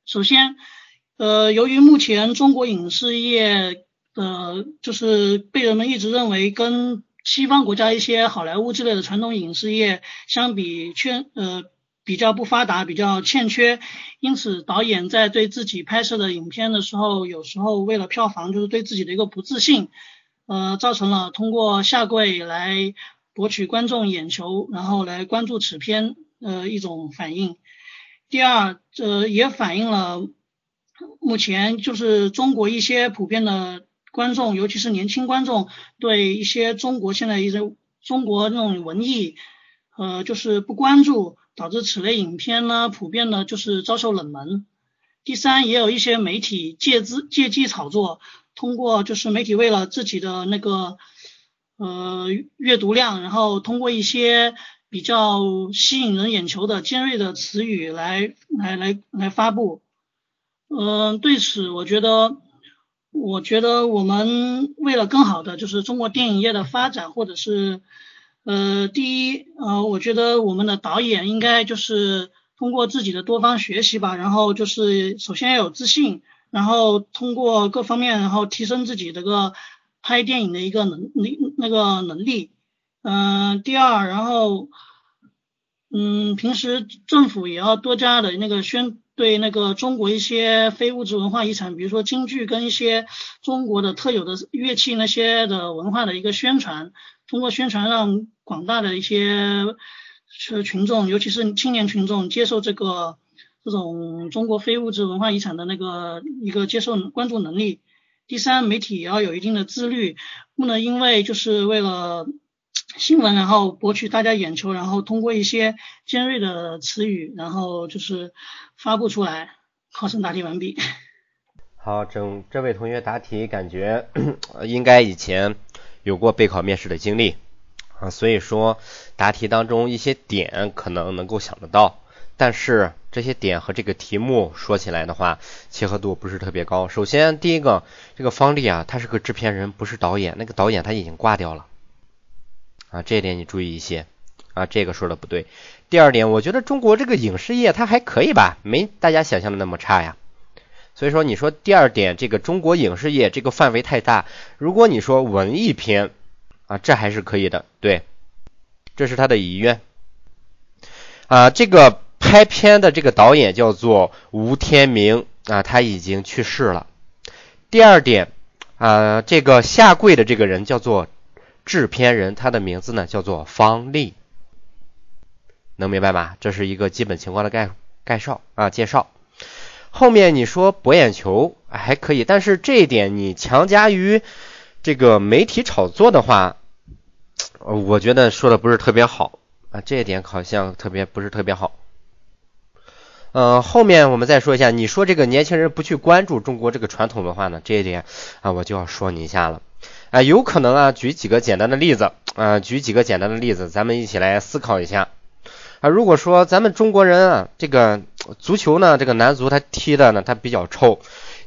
由于目前中国影视业就是被人们一直认为跟西方国家一些好莱坞之类的传统影视业相比比较不发达，比较欠缺，因此导演在对自己拍摄的影片的时候，有时候为了票房就是对自己的一个不自信，造成了通过下跪来博取观众眼球，然后来关注此片一种反应。第二，也反映了目前就是中国一些普遍的观众，尤其是年轻观众，对一些中国现在中国那种文艺就是不关注，导致此类影片呢普遍的就是遭受冷门。第三，也有一些媒体借机炒作，通过就是媒体为了自己的那个阅读量，然后通过一些比较吸引人眼球的尖锐的词语来发布。对此我觉得我们为了更好的就是中国电影业的发展，或者是第一我觉得我们的导演应该就是通过自己的多方学习吧，然后就是首先要有自信，然后通过各方面然后提升自己这个拍电影的一个能力。第二，然后平时政府也要多加的对那个中国一些非物质文化遗产，比如说京剧跟一些中国的特有的乐器那些的文化的一个宣传，通过宣传让广大的一些群众，尤其是青年群众接受这种中国非物质文化遗产的一个接受关注能力。第三，媒体也要有一定的自律，不能因为就是为了新闻然后博取大家眼球，然后通过一些尖锐的词语然后就是发布出来。考生答题完毕。 好，这位同学答题感觉应该以前有过备考面试的经历所以说答题当中一些点可能能够想得到，但是这些点和这个题目说起来的话契合度不是特别高。首先第一个，这个方励他是个制片人，不是导演，那个导演他已经挂掉了这一点你注意一些这个说的不对。第二点，我觉得中国这个影视业它还可以吧，没大家想象的那么差呀。所以说你说第二点，这个中国影视业这个范围太大，如果你说文艺片这还是可以的，对，这是他的遗愿这个拍片的这个导演叫做吴天明他已经去世了。第二点这个下跪的这个人叫做制片人，他的名字呢叫做方励，能明白吗？这是一个基本情况的介绍。后面你说博眼球还可以，但是这一点你强加于这个媒体炒作的话，我觉得说的不是特别好这一点好像不是特别好。后面我们再说一下，你说这个年轻人不去关注中国这个传统文化呢，这一点我就要说你一下了有可能举几个简单的例子咱们一起来思考一下如果说咱们中国人这个足球呢，这个男足他踢的呢他比较臭，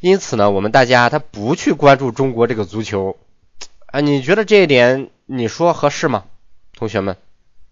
因此呢，我们大家他不去关注中国这个足球啊，你觉得这一点你说合适吗？同学们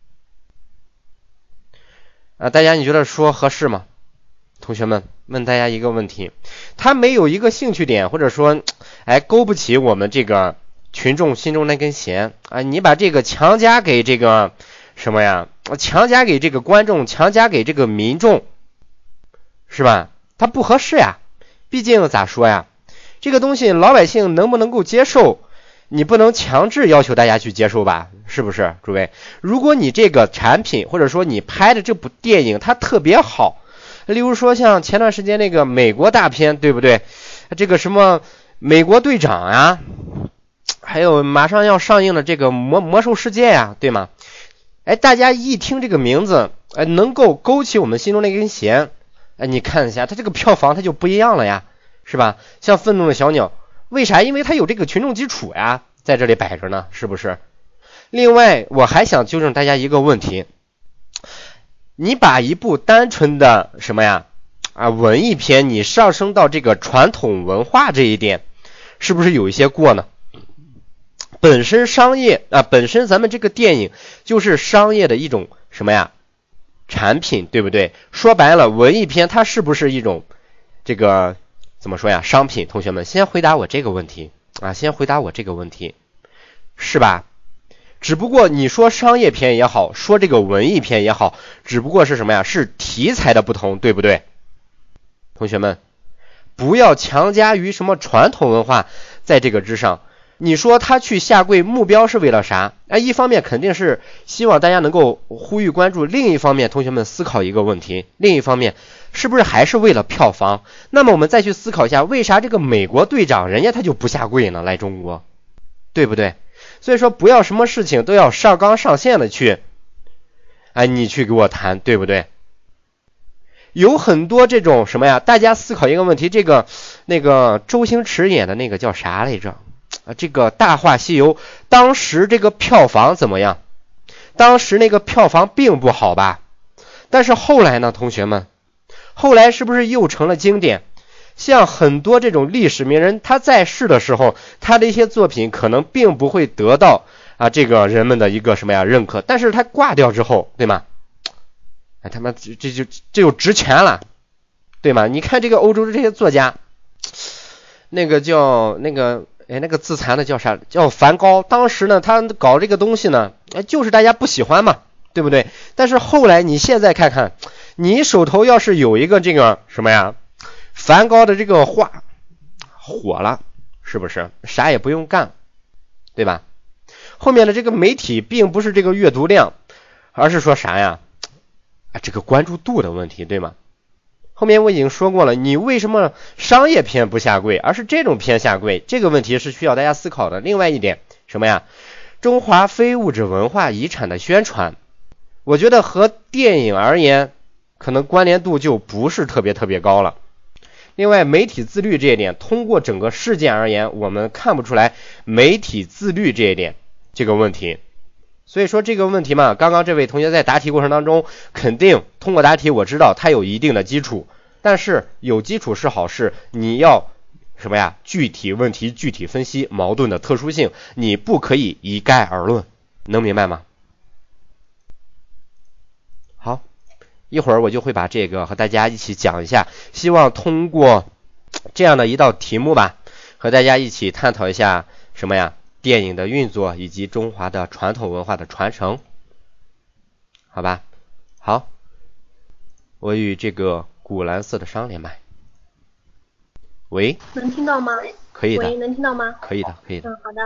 啊，大家你觉得说合适吗？同学们，问大家一个问题，他没有一个兴趣点，或者说勾不起我们这个群众心中那根弦啊，你把这个强加给这个什么呀，强加给这个观众，强加给这个民众，是吧？它不合适呀，毕竟咋说呀，这个东西老百姓能不能够接受，你不能强制要求大家去接受吧，是不是？诸位，如果你这个产品或者说你拍的这部电影它特别好，例如说像前段时间那个美国大片，对不对？这个什么美国队长啊，还有马上要上映的这个魔兽世界呀，对吗？大家一听这个名字，能够勾起我们心中那根弦，你看一下它这个票房它就不一样了呀，是吧？像愤怒的小鸟，为啥？因为它有这个群众基础呀，在这里摆着呢，是不是？另外我还想纠正大家一个问题，你把一部单纯的什么呀文艺片，你上升到这个传统文化这一点，是不是有一些过呢？本身商业本身咱们这个电影就是商业的一种什么呀产品，对不对？说白了，文艺片它是不是一种这个怎么说呀商品？同学们先回答我这个问题先回答我这个问题，是吧？只不过你说商业片也好，说这个文艺片也好，只不过是什么呀？是题材的不同，对不对？同学们，不要强加于什么传统文化在这个之上。你说他去下跪目标是为了啥？一方面肯定是希望大家能够呼吁关注，另一方面同学们思考一个问题，另一方面是不是还是为了票房？那么我们再去思考一下，为啥这个美国队长人家他就不下跪呢？来中国，对不对？所以说不要什么事情都要上纲上线的去你去给我谈，对不对？有很多这种什么呀，大家思考一个问题，这个那个周星驰演的那个叫啥来着这个大话西游，当时这个票房怎么样？当时那个票房并不好吧，但是后来呢，同学们，后来是不是又成了经典？像很多这种历史名人，他在世的时候，他的一些作品可能并不会得到这个人们的一个什么呀认可，但是他挂掉之后，对吗？他妈这就值钱了，对吗？你看这个欧洲的这些作家，那个叫那个自残的叫啥？叫梵高。当时呢，他搞这个东西呢，就是大家不喜欢嘛，对不对？但是后来你现在看看，你手头要是有一个这个什么呀？梵高的这个画火了，是不是啥也不用干，对吧？后面的这个媒体并不是这个阅读量，而是说啥呀这个关注度的问题，对吗？后面我已经说过了，你为什么商业片不下跪，而是这种片下跪？这个问题是需要大家思考的。另外一点什么呀？中华非物质文化遗产的宣传，我觉得和电影而言可能关联度就不是特别高了。另外媒体自律这一点，通过整个事件而言，我们看不出来媒体自律这一点这个问题。所以说这个问题嘛，刚刚这位同学在答题过程当中，肯定通过答题我知道他有一定的基础，但是有基础是好事，你要什么呀？具体问题具体分析，矛盾的特殊性，你不可以一概而论，能明白吗？好，一会儿我就会把这个和大家一起讲一下，希望通过这样的一道题目吧，和大家一起探讨一下什么呀？电影的运作以及中华的传统文化的传承，好吧？好，我与这个古蓝色的商连麦。喂， 能听到吗？ 可以的。 喂，能听到吗？ 可以的，可以的。 好的。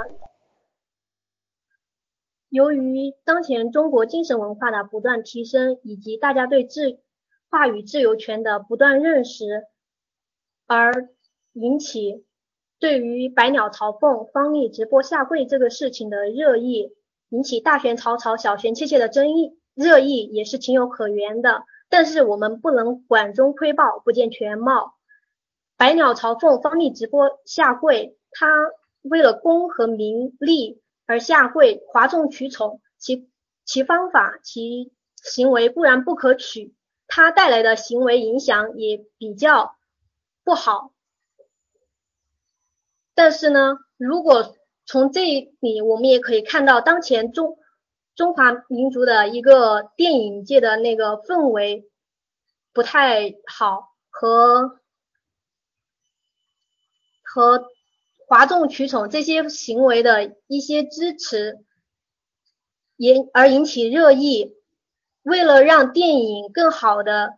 由于当前中国精神文化的不断提升，以及大家对话语自由权的不断认识，而引起对于百鸟朝凤、方丽直播下跪这个事情的热议，引起大弦嘈嘈、小弦切切的争议，热议也是情有可原的。但是我们不能管中窥豹，不见全貌。百鸟朝凤、方丽直播下跪，他为了功和名利而下跪，哗众取宠，其方法、其行为固然不可取，他带来的行为影响也比较不好。 但是呢，如果从这里我们也可以看到，当前中华民族的一个电影界的那个氛围不太好，和哗众取宠这些行为的一些支持，而引起热议。为了让电影更好的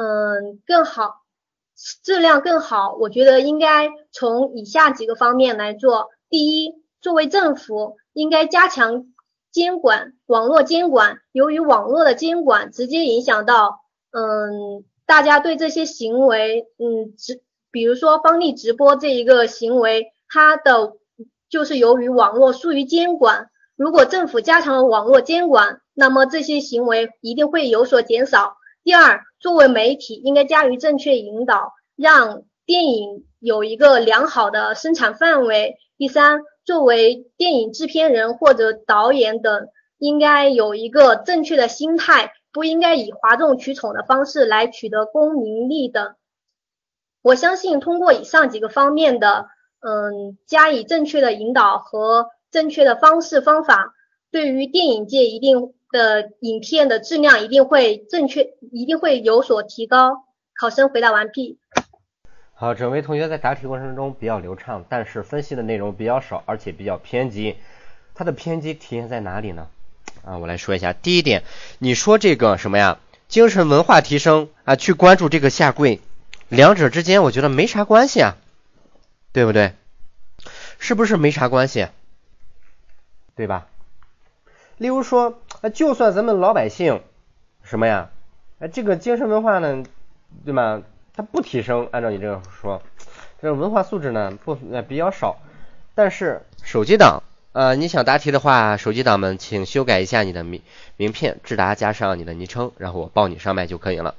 质量更好，我觉得应该从以下几个方面来做。第一，作为政府应该加强监管，网络监管。由于网络的监管直接影响到大家对这些行为比如说方例直播这一个行为，它的就是由于网络疏于监管。如果政府加强了网络监管，那么这些行为一定会有所减少。第二，作为媒体应该加以正确引导，让电影有一个良好的生产范围。第三，作为电影制片人或者导演等，应该有一个正确的心态，不应该以哗众取宠的方式来取得公名利等。我相信通过以上几个方面的加以正确的引导和正确的方式方法，对于电影界一定的影片的质量一定会有所提高。考生回答完毕。 好，整位同学在答题过程中比较流畅，但是分析的内容比较少，而且比较偏激。它的偏激体现在哪里呢？我来说一下。第一点，你说这个什么呀，精神文化提升去关注这个下跪，两者之间我觉得没啥关系啊，对不对？是不是没啥关系？对吧？例如说，就算咱们老百姓什么呀，这个精神文化呢，对吗？它不提升，按照你这个说，这个文化素质呢比较少。但是手机党你想答题的话，手机党们请修改一下你的名片，智达加上你的昵称，然后我报你上麦就可以了。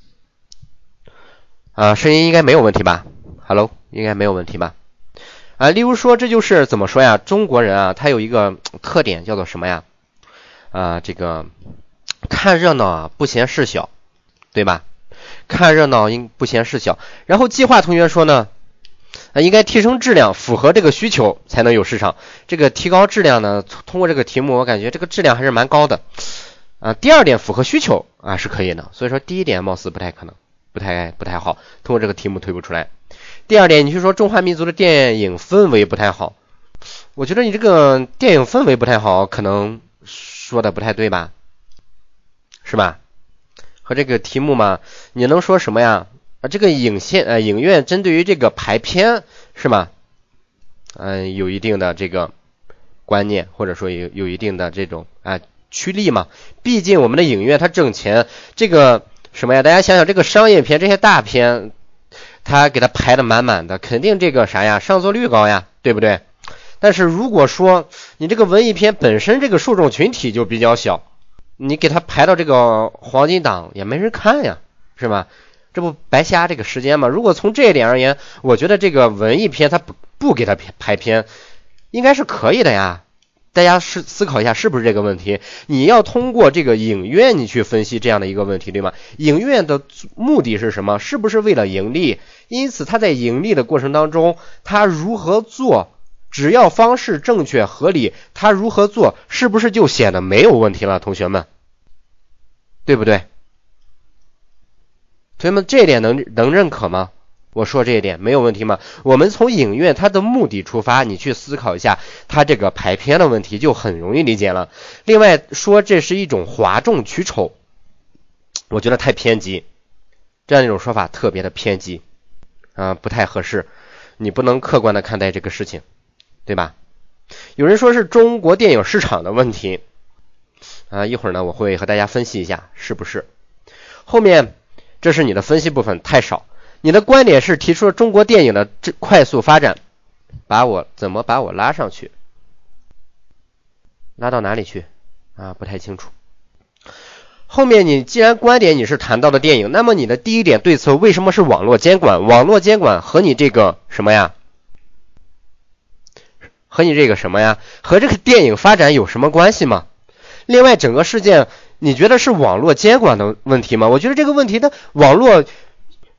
声音应该没有问题吧 ？Hello， 应该没有问题吧？例如说，这就是怎么说呀？中国人他有一个特点叫做什么呀？这个看热闹不嫌事小，对吧？看热闹不嫌事小。然后计划同学说呢，应该提升质量，符合这个需求才能有市场。这个提高质量呢，通过这个题目，我感觉这个质量还是蛮高的。第二点符合需求是可以的，所以说第一点貌似不太可能，不太好，通过这个题目推不出来。第二点，你去说中华民族的电影氛围不太好，我觉得你这个电影氛围不太好，可能说的不太对吧？是吧？和这个题目嘛，你能说什么呀？这个影院针对于这个排片是吗？有一定的这个观念，或者说有一定的这种趋利嘛。毕竟我们的影院它挣钱，这个什么呀？大家想想，这个商业片这些大片，它给它排的满满的，肯定这个啥呀，上座率高呀，对不对？但是如果说你这个文艺片本身这个受众群体就比较小，你给它排到这个黄金档也没人看呀，是吧？这不白瞎这个时间吗？如果从这一点而言，我觉得这个文艺片它不给它排片应该是可以的呀。大家思考一下是不是这个问题？你要通过这个影院你去分析这样的一个问题，对吗？影院的目的是什么？是不是为了盈利？因此它在盈利的过程当中，它如何做，只要方式正确合理，它如何做是不是就显得没有问题了？同学们，对不对？同学们，这一点能认可吗？我说这一点没有问题吗？我们从影院它的目的出发，你去思考一下它这个排片的问题就很容易理解了。另外说这是一种哗众取宠，我觉得太偏激，这样一种说法特别的偏激不太合适，你不能客观的看待这个事情，对吧？有人说是中国电影市场的问题一会儿呢我会和大家分析一下是不是。后面这是你的分析部分太少，你的观点是提出了中国电影的快速发展，怎么把我拉上去？拉到哪里去不太清楚。后面你既然观点你是谈到的电影，那么你的第一点对策为什么是网络监管？网络监管和你这个什么呀？和这个电影发展有什么关系吗？另外整个事件你觉得是网络监管的问题吗？我觉得这个问题的网络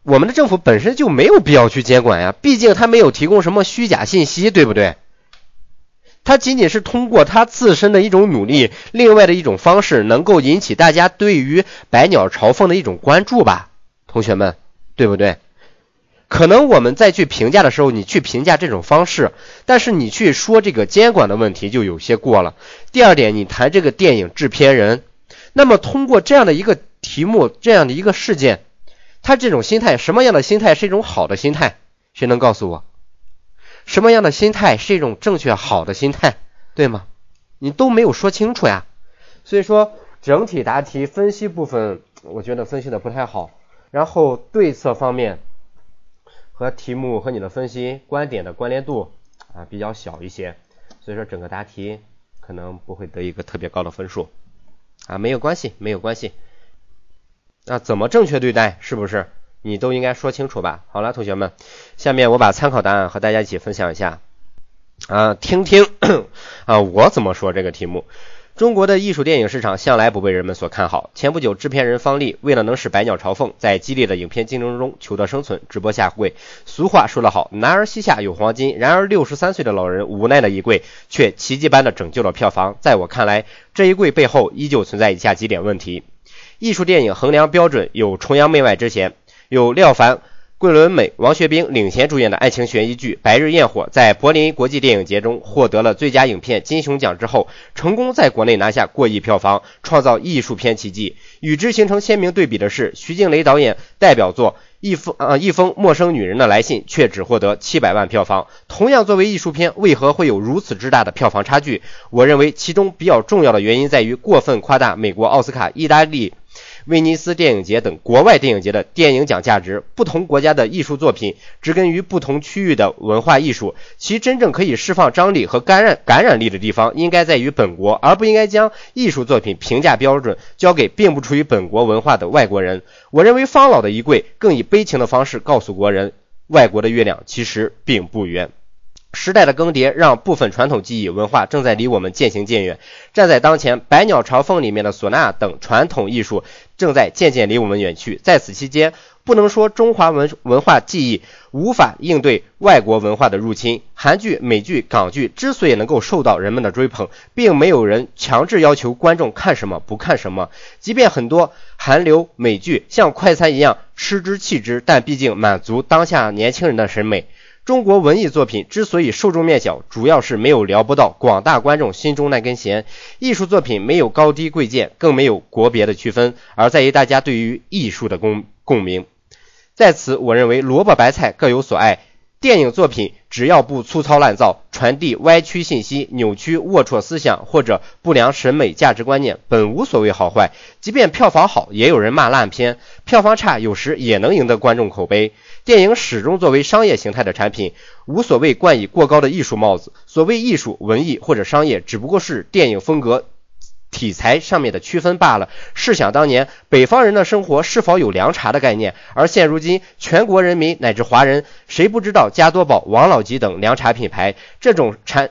我们的政府本身就没有必要去监管呀，毕竟他没有提供什么虚假信息，对不对？他仅仅是通过他自身的一种努力，另外的一种方式，能够引起大家对于百鸟朝凤的一种关注吧，同学们，对不对？可能我们再去评价的时候，你去评价这种方式，但是你去说这个监管的问题就有些过了。第二点，你谈这个电影制片人，那么通过这样的一个题目，这样的一个事件，他这种心态，什么样的心态是一种好的心态？谁能告诉我？什么样的心态是一种正确好的心态？对吗？你都没有说清楚呀。所以说整体答题分析部分，我觉得分析的不太好，然后对策方面和题目和你的分析观点的关联度比较小一些，所以说整个答题可能不会得一个特别高的分数没有关系，没有关系。那怎么正确对待，是不是你都应该说清楚吧？好了，同学们，下面我把参考答案和大家一起分享一下听听我怎么说这个题目。中国的艺术电影市场向来不被人们所看好。前不久，制片人方励为了能使百鸟朝凤，在激烈的影片竞争中求得生存，直播下跪。俗话说得好，男儿膝下有黄金。然而63岁的老人无奈的一跪，却奇迹般的拯救了票房。在我看来，这一跪背后依旧存在以下几点问题。艺术电影衡量标准有崇洋媚外之嫌，有廖凡、桂纶镁、王学兵领衔主演的爱情悬疑剧《白日焰火》在柏林国际电影节中获得了最佳影片金熊奖之后，成功在国内拿下过亿票房，创造艺术片奇迹。与之形成鲜明对比的是，徐静蕾导演代表作一封陌生女人的来信却只获得700万票房。同样作为艺术片，为何会有如此之大的票房差距？我认为其中比较重要的原因在于过分夸大美国奥斯卡、意大利威尼斯电影节等国外电影节的电影奖价值。不同国家的艺术作品植根于不同区域的文化艺术，其真正可以释放张力和感染力的地方应该在于本国，而不应该将艺术作品评价标准交给并不处于本国文化的外国人。我认为方老的一跪更以悲情的方式告诉国人，外国的月亮其实并不圆。时代的更迭让部分传统技艺文化正在离我们渐行渐远。站在当前，百鸟朝凤里面的唢呐等传统艺术正在渐渐离我们远去。在此期间，不能说中华文化技艺无法应对外国文化的入侵。韩剧、美剧、港剧之所以能够受到人们的追捧，并没有人强制要求观众看什么不看什么。即便很多韩流美剧像快餐一样吃之弃之，但毕竟满足当下年轻人的审美。中国文艺作品之所以受众面小，主要是没有撩拨到广大观众心中那根弦。艺术作品没有高低贵贱，更没有国别的区分，而在于大家对于艺术的共鸣。在此，我认为萝卜白菜各有所爱。电影作品只要不粗糙烂造，传递歪曲信息、扭曲龌龊思想或者不良审美价值观念，本无所谓好坏。即便票房好，也有人骂烂片；票房差，有时也能赢得观众口碑。电影始终作为商业形态的产品，无所谓冠以过高的艺术帽子。所谓艺术、文艺或者商业，只不过是电影风格题材上面的区分罢了。试想当年，北方人的生活是否有凉茶的概念？而现如今，全国人民乃至华人，谁不知道加多宝、王老吉等凉茶品牌？这种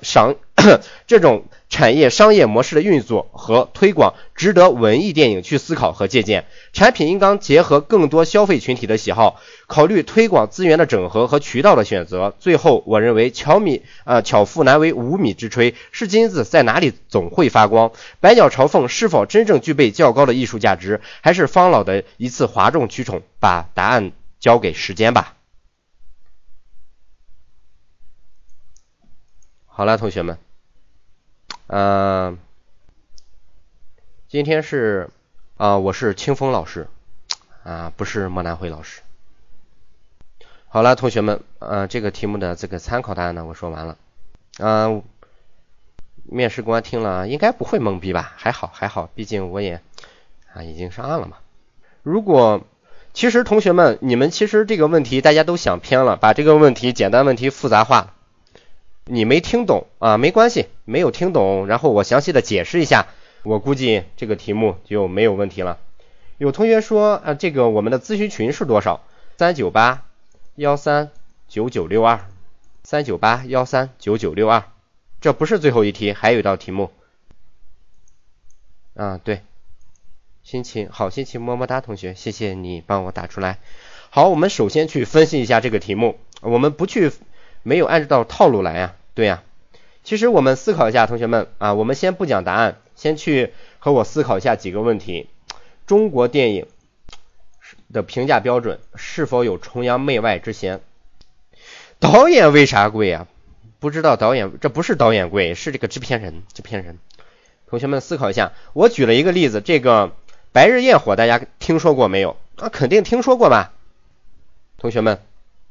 产业商业模式的运作和推广，值得文艺电影去思考和借鉴。产品应当结合更多消费群体的喜好，考虑推广资源的整合和渠道的选择。最后，我认为巧妇难为无米之炊，是金子在哪里总会发光。百鸟朝凤是否真正具备较高的艺术价值，还是方老的一次哗众取宠？把答案交给时间吧。好了，同学们，今天是我是清风老师不是莫南辉老师。好了，同学们，这个题目的这个参考答案呢，我说完了。面试官听了应该不会懵逼吧？还好，毕竟我也已经上岸了嘛。其实同学们，你们其实这个问题大家都想偏了，把这个问题简单问题复杂化了。你没听懂没关系，没有听懂，然后我详细的解释一下，我估计这个题目就没有问题了。有同学说这个我们的咨询群是多少？398139962 398139962，这不是最后一题，还有一道题目对，好心情么么哒，同学，谢谢你帮我打出来。 好，我们首先去分析一下这个题目，我们没有按照套路来啊，对呀。其实我们思考一下，同学们啊，我们先不讲答案，先去和我思考一下几个问题。中国电影的评价标准是否有崇洋媚外之嫌？导演为啥贵啊？不知道导演，这不是导演贵，是这个制片人。同学们思考一下，我举了一个例子，这个白日焰火大家听说过没有？啊，肯定听说过吧？同学们，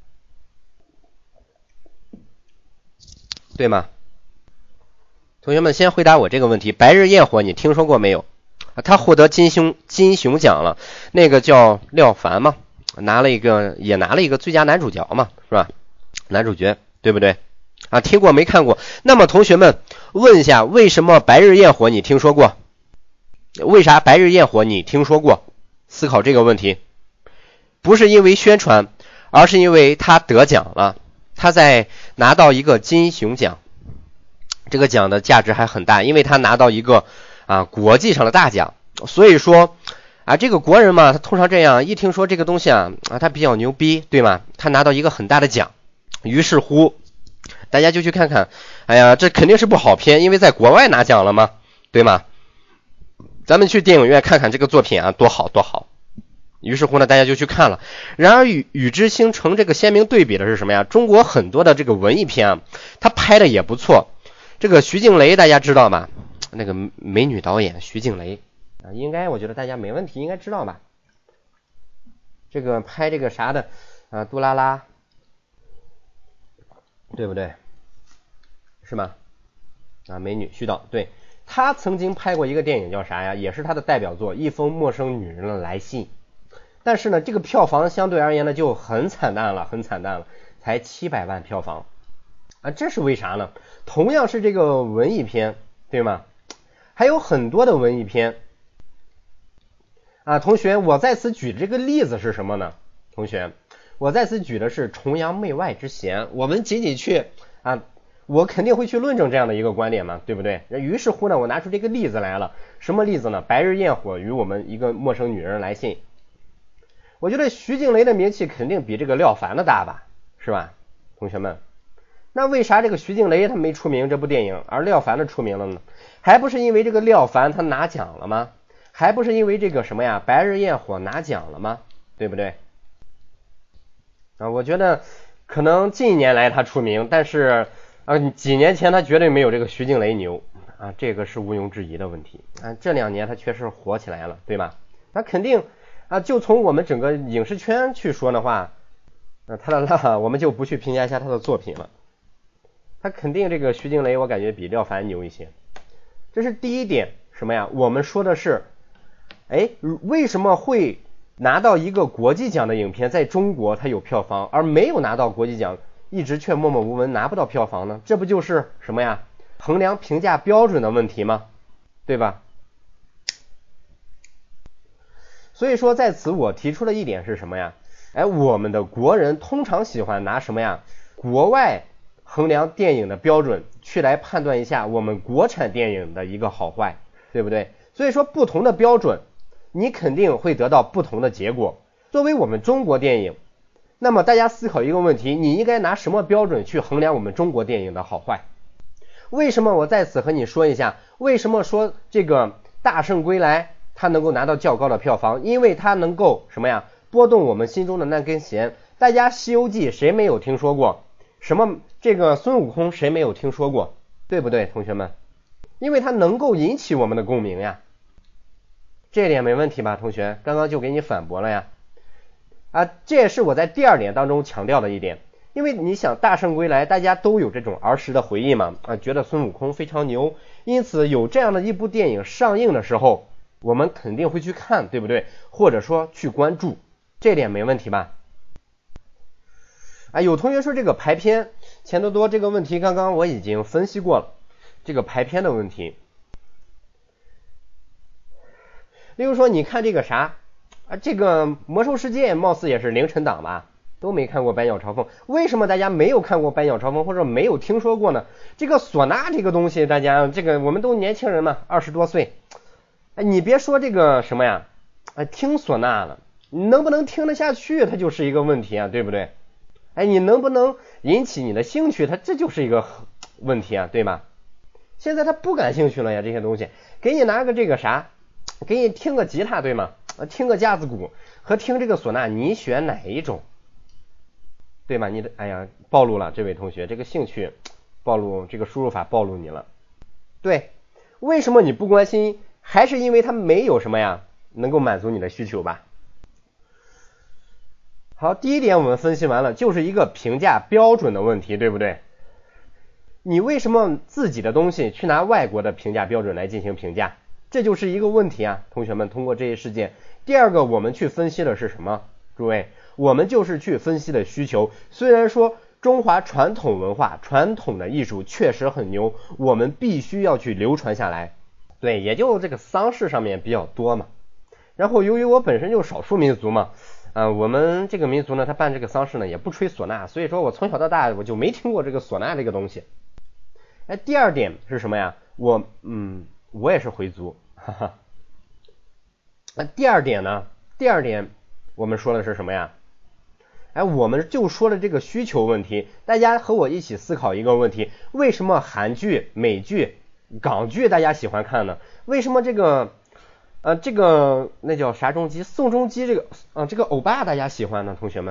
对吗？同学们先回答我这个问题，白日焰火你听说过没有？他获得金熊奖了，那个叫廖凡嘛，也拿了一个最佳男主角嘛，是吧？男主角，对不对？啊，听过没看过？那么同学们问一下，为什么白日焰火你听说过？为啥白日焰火你听说过？思考这个问题，不是因为宣传，而是因为他得奖了，他在拿到一个金熊奖，这个奖的价值还很大，因为他拿到一个国际上的大奖，所以说这个国人嘛，他通常这样，一听说这个东西他比较牛逼，对吗？他拿到一个很大的奖，于是乎大家就去看看，哎呀，这肯定是部好片，因为在国外拿奖了嘛，对吗？咱们去电影院看看这个作品多好多好。于是乎呢，大家就去看了。然而与之形成这个鲜明对比的是什么呀？中国很多的这个文艺片它拍的也不错。这个徐静蕾大家知道吗？那个美女导演徐静蕾应该我觉得大家没问题，应该知道吧？这个拍这个啥的杜拉拉，对不对？是吗？美女徐导，对，她曾经拍过一个电影叫啥呀？也是她的代表作《一封陌生女人的来信》。但是呢，这个票房相对而言呢就很惨淡了，才700万票房这是为啥呢？同样是这个文艺片，对吗？还有很多的文艺片同学，我在此举这个例子是什么呢？同学，我在此举的是崇洋媚外之嫌。我们仅仅去我肯定会去论证这样的一个观点嘛，对不对？于是乎呢，我拿出这个例子来了。什么例子呢？白日焰火与我们一个陌生女人来信。我觉得徐静蕾的名气肯定比这个廖凡的大吧，是吧，同学们？那为啥这个徐静蕾她没出名这部电影，而廖凡的出名了呢？还不是因为这个廖凡他拿奖了吗？还不是因为这个什么呀？白日焰火拿奖了吗？对不对？我觉得可能近年来他出名，但是几年前他绝对没有这个徐静蕾牛这个是毋庸置疑的问题这2年他确实火起来了，对吧？他肯定就从我们整个影视圈去说的话，我们就不去评价一下他的作品了。他肯定这个徐静蕾我感觉比廖凡牛一些，这是第一点。什么呀？我们说的是为什么会拿到一个国际奖的影片在中国它有票房，而没有拿到国际奖一直却默默无闻拿不到票房呢？这不就是什么呀？衡量评价标准的问题吗？对吧？所以说在此我提出的一点是什么呀？我们的国人通常喜欢拿什么呀？国外衡量电影的标准去来判断一下我们国产电影的一个好坏，对不对？所以说不同的标准你肯定会得到不同的结果。作为我们中国电影，那么大家思考一个问题，你应该拿什么标准去衡量我们中国电影的好坏？为什么我在此和你说一下，为什么说这个大圣归来它能够拿到较高的票房？因为它能够什么呀？拨动我们心中的那根弦。大家西游记谁没有听说过？什么这个孙悟空谁没有听说过？对不对，同学们？因为它能够引起我们的共鸣呀。这点没问题吧，同学？刚刚就给你反驳了呀。这也是我在第2点当中强调的一点。因为你想大圣归来大家都有这种儿时的回忆嘛，觉得孙悟空非常牛，因此有这样的一部电影上映的时候，我们肯定会去看，对不对？或者说去关注，这点没问题吧？有同学说这个排片，钱多多这个问题刚刚我已经分析过了，这个排片的问题。例如说你看这个啥这个魔兽世界貌似也是凌晨档吧，都没看过百鸟朝凤。为什么大家没有看过百鸟朝凤，或者没有听说过呢？这个唢呐这个东西，大家这个我们都年轻人嘛，20多岁，你别说这个什么呀听唢呐了， 你能不能听得下去，它就是一个问题啊，对不对？哎，你能不能引起你的兴趣，它这就是一个问题啊，对吗？现在他不感兴趣了呀，这些东西，给你拿个这个啥，给你听个吉他，对吗？听个架子鼓和听这个唢呐，你选哪一种？对吗？你的，哎呀，暴露了，这位同学，这个兴趣暴露，这个输入法暴露你了。对，为什么你不关心？还是因为它没有什么呀，能够满足你的需求吧。好，第一点我们分析完了，就是一个评价标准的问题，对不对？你为什么自己的东西去拿外国的评价标准来进行评价？这就是一个问题啊，同学们，通过这一事件。第二个，我们去分析的是什么？诸位，我们就是去分析的需求。虽然说中华传统文化、传统的艺术确实很牛，我们必须要去流传下来。对，也就这个丧事上面比较多嘛。然后由于我本身就是少数民族嘛，我们这个民族呢，他办这个丧事呢也不吹唢呐，所以说我从小到大我就没听过这个唢呐这个东西。哎，第二点是什么呀？我也是回族，哈哈。第二点呢？第二点我们说的是什么呀？哎，我们就说了这个需求问题，大家和我一起思考一个问题：为什么韩剧、美剧、港剧大家喜欢看呢？为什么这个那叫啥中基、宋仲基这个欧巴大家喜欢呢？同学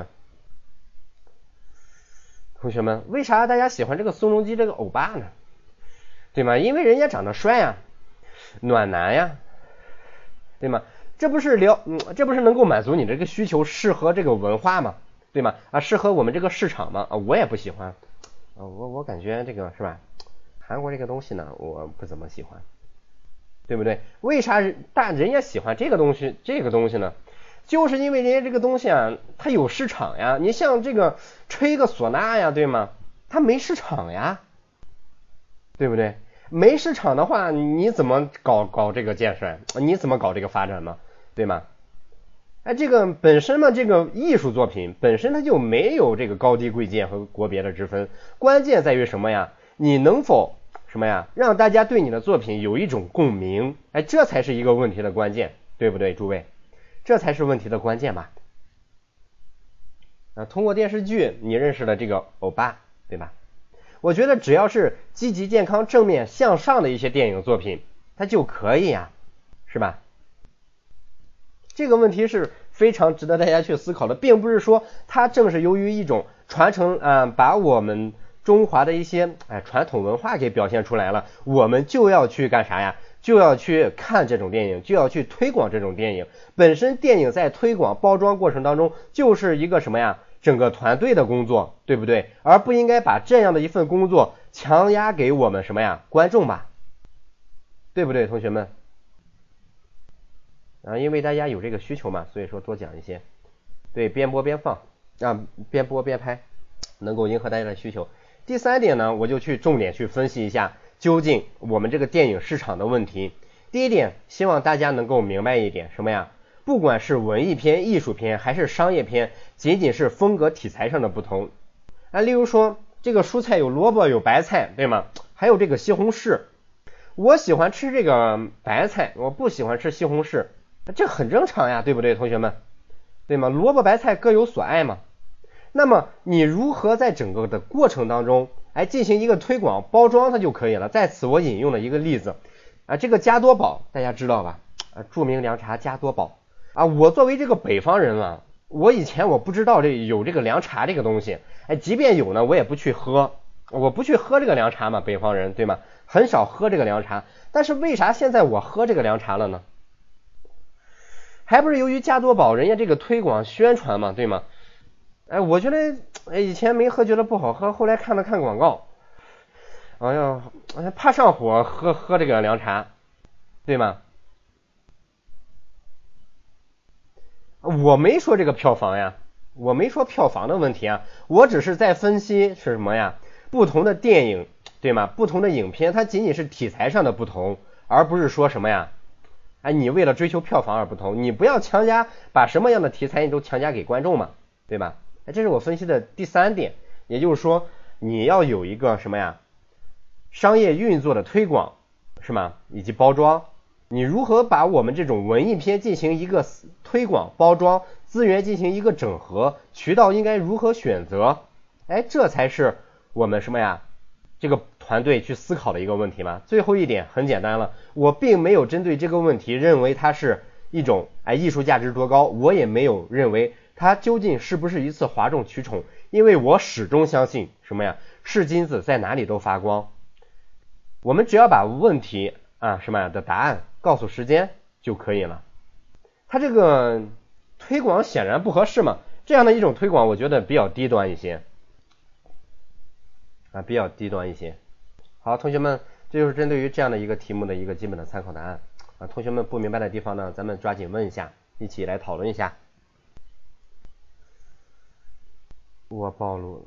们，为啥大家喜欢这个宋仲基这个欧巴呢？对吗？因为人家长得帅呀，暖男呀，对吗？这不是能够满足你这个需求，适合这个文化吗？对吗？适合我们这个市场吗？我也不喜欢，我感觉这个是吧？韩国这个东西呢，我不怎么喜欢，对不对？为啥人家喜欢这个东西呢？就是因为人家这个东西啊，它有市场呀。你像这个吹个唢呐呀，对吗？它没市场呀，对不对？没市场的话，你怎么搞这个建设？你怎么搞这个发展嘛？对吗？哎，这个本身嘛，这个艺术作品本身它就没有这个高低贵贱和国别的之分，关键在于什么呀？你能否什么呀？让大家对你的作品有一种共鸣，哎，这才是一个问题的关键，对不对，诸位？这才是问题的关键吧？通过电视剧你认识了这个欧巴，对吧？我觉得只要是积极健康正面向上的一些电影作品，它就可以呀，是吧？这个问题是非常值得大家去思考的，并不是说它正是由于一种传承把我们中华的一些传统文化给表现出来了，我们就要去干啥呀？就要去看这种电影，就要去推广这种电影。本身电影在推广包装过程当中就是一个什么呀？整个团队的工作，对不对？而不应该把这样的一份工作强压给我们什么呀？观众吧，对不对，同学们？因为大家有这个需求嘛，所以说多讲一些。对，边播边放，边播边拍，能够迎合大家的需求。第三点呢，我就去重点去分析一下究竟我们这个电影市场的问题。第一点，希望大家能够明白一点，什么呀？不管是文艺片、艺术片还是商业片，仅仅是风格题材上的不同。例如说这个蔬菜有萝卜有白菜，对吗？还有这个西红柿，我喜欢吃这个白菜，我不喜欢吃西红柿，这很正常呀，对不对，同学们？对吗？萝卜白菜各有所爱嘛。那么你如何在整个的过程当中进行一个推广包装它就可以了。在此我引用了一个例子这个加多宝大家知道吧？著名凉茶加多宝我作为这个北方人我以前我不知道有这个凉茶这个东西，即便有呢，我也不去喝，我不去喝这个凉茶嘛，北方人对吗？很少喝这个凉茶，但是为啥现在我喝这个凉茶了呢？还不是由于加多宝人家这个推广宣传嘛，对吗？我觉得以前没喝觉得不好喝，后来看广告，怕上火喝这个凉茶，对吗？我没说这个票房呀，我没说票房的问题我只是在分析是什么呀？不同的电影，对吗？不同的影片，它仅仅是题材上的不同，而不是说什么呀？你为了追求票房而不同，你不要强加把什么样的题材你都强加给观众嘛，对吧？这是我分析的第三点，也就是说你要有一个什么呀？商业运作的推广，是吗？以及包装， 你如何把我们这种文艺片进行一个推广包装，资源进行一个整合，渠道应该如何选择，这才是我们什么呀这个团队去思考的一个问题嘛。最后一点很简单了，我并没有针对这个问题认为它是一种艺术价值多高，我也没有认为它究竟是不是一次哗众取宠，因为我始终相信什么呀，是金子在哪里都发光。我们只要把问题什么呀的答案告诉时间就可以了。它这个推广显然不合适嘛，这样的一种推广我觉得比较低端一些比较低端一些。好，同学们，这就是针对于这样的一个题目的一个基本的参考答案同学们不明白的地方呢，咱们抓紧问一下，一起来讨论一下。我暴露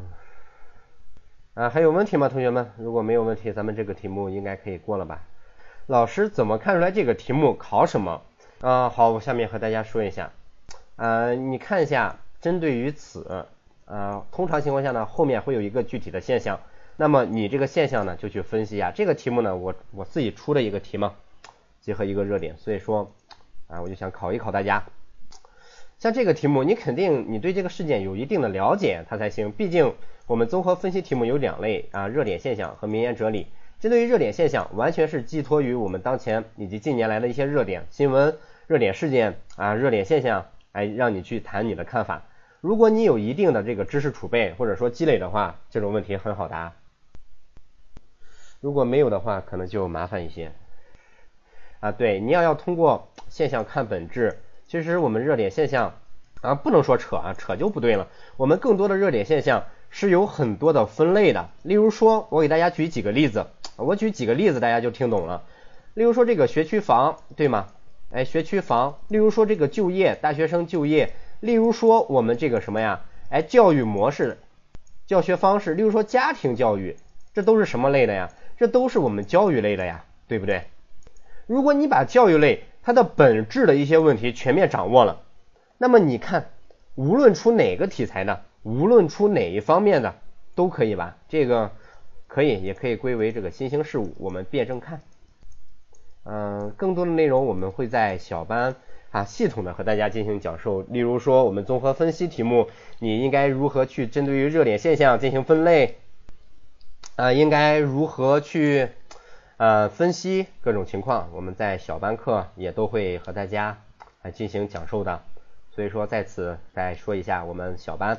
了还有问题吗同学们？如果没有问题，咱们这个题目应该可以过了吧。老师怎么看出来这个题目考什么好，我下面和大家说一下你看一下，针对于此通常情况下呢，后面会有一个具体的现象，那么你这个现象呢就去分析一下。这个题目呢我自己出了一个题嘛，结合一个热点，所以说我就想考一考大家。像这个题目你肯定你对这个事件有一定的了解它才行，毕竟我们综合分析题目有两类热点现象和名言哲理。针对于热点现象，完全是寄托于我们当前以及近年来的一些热点新闻、热点事件热点现象让你去谈你的看法。如果你有一定的这个知识储备或者说积累的话，这种问题很好答。如果没有的话，可能就麻烦一些对，你要通过现象看本质。其实我们热点现象不能说扯就不对了。我们更多的热点现象是有很多的分类的。例如说，我给大家举几个例子，我举几个例子大家就听懂了。例如说这个学区房，对吗？学区房。例如说这个就业，大学生就业。例如说我们这个什么呀教育模式、教学方式。例如说家庭教育，这都是什么类的呀？这都是我们教育类的呀，对不对？如果你把教育类它的本质的一些问题全面掌握了，那么你看无论出哪个题材的，无论出哪一方面的都可以吧。这个可以，也可以归为这个新兴事物，我们辩证看。更多的内容我们会在小班系统的和大家进行讲授。例如说我们综合分析题目，你应该如何去针对于热点现象进行分类应该如何去分析各种情况，我们在小班课也都会和大家进行讲授的。所以说在此再说一下我们小班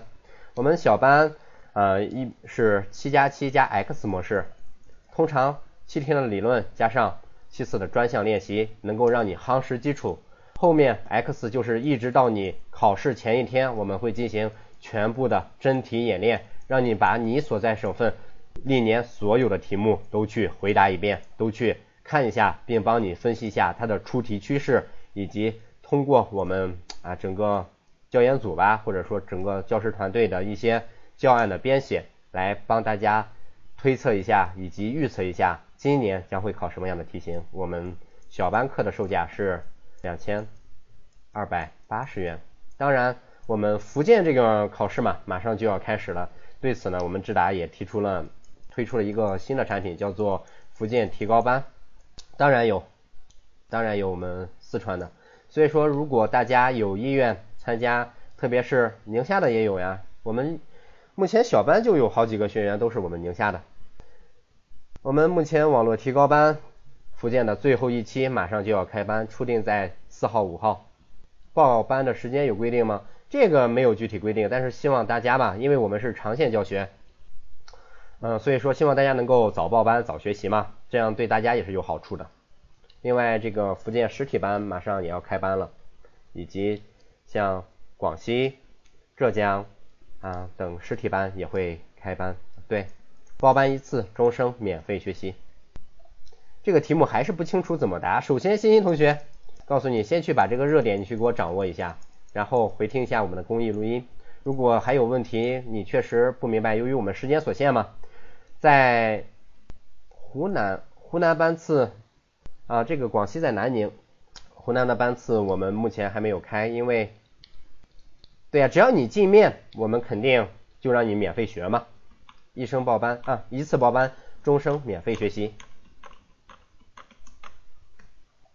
是7+7加 X 模式，通常7天的理论加上7次的专项练习，能够让你夯实基础。后面 X 就是一直到你考试前一天，我们会进行全部的真题演练，让你把你所在省份历年所有的题目都去回答一遍，都去看一下，并帮你分析一下它的出题趋势，以及通过我们整个教研组吧，或者说整个教师团队的一些教案的编写，来帮大家推测一下以及预测一下今年将会考什么样的题型。我们小班课的售价是2280元。当然我们福建这个考试嘛马上就要开始了，对此呢我们智达也推出了一个新的产品，叫做福建提高班，当然有我们四川的。所以说如果大家有意愿参加，特别是宁夏的也有呀，我们目前小班就有好几个学员都是我们宁夏的。我们目前网络提高班福建的最后一期马上就要开班，初定在4号5号。报班的时间有规定吗？这个没有具体规定，但是希望大家吧，因为我们是长线教学所以说希望大家能够早报班早学习嘛，这样对大家也是有好处的。另外这个福建实体班马上也要开班了，以及像广西、浙江等实体班也会开班。对，报班一次终生免费学习。这个题目还是不清楚怎么答，首先欣欣同学告诉你，先去把这个热点你去给我掌握一下，然后回听一下我们的公益录音。如果还有问题你确实不明白，由于我们时间所限嘛，在湖南班次这个广西在南宁，湖南的班次我们目前还没有开，因为对只要你进面我们肯定就让你免费学嘛，一次报班终生免费学习。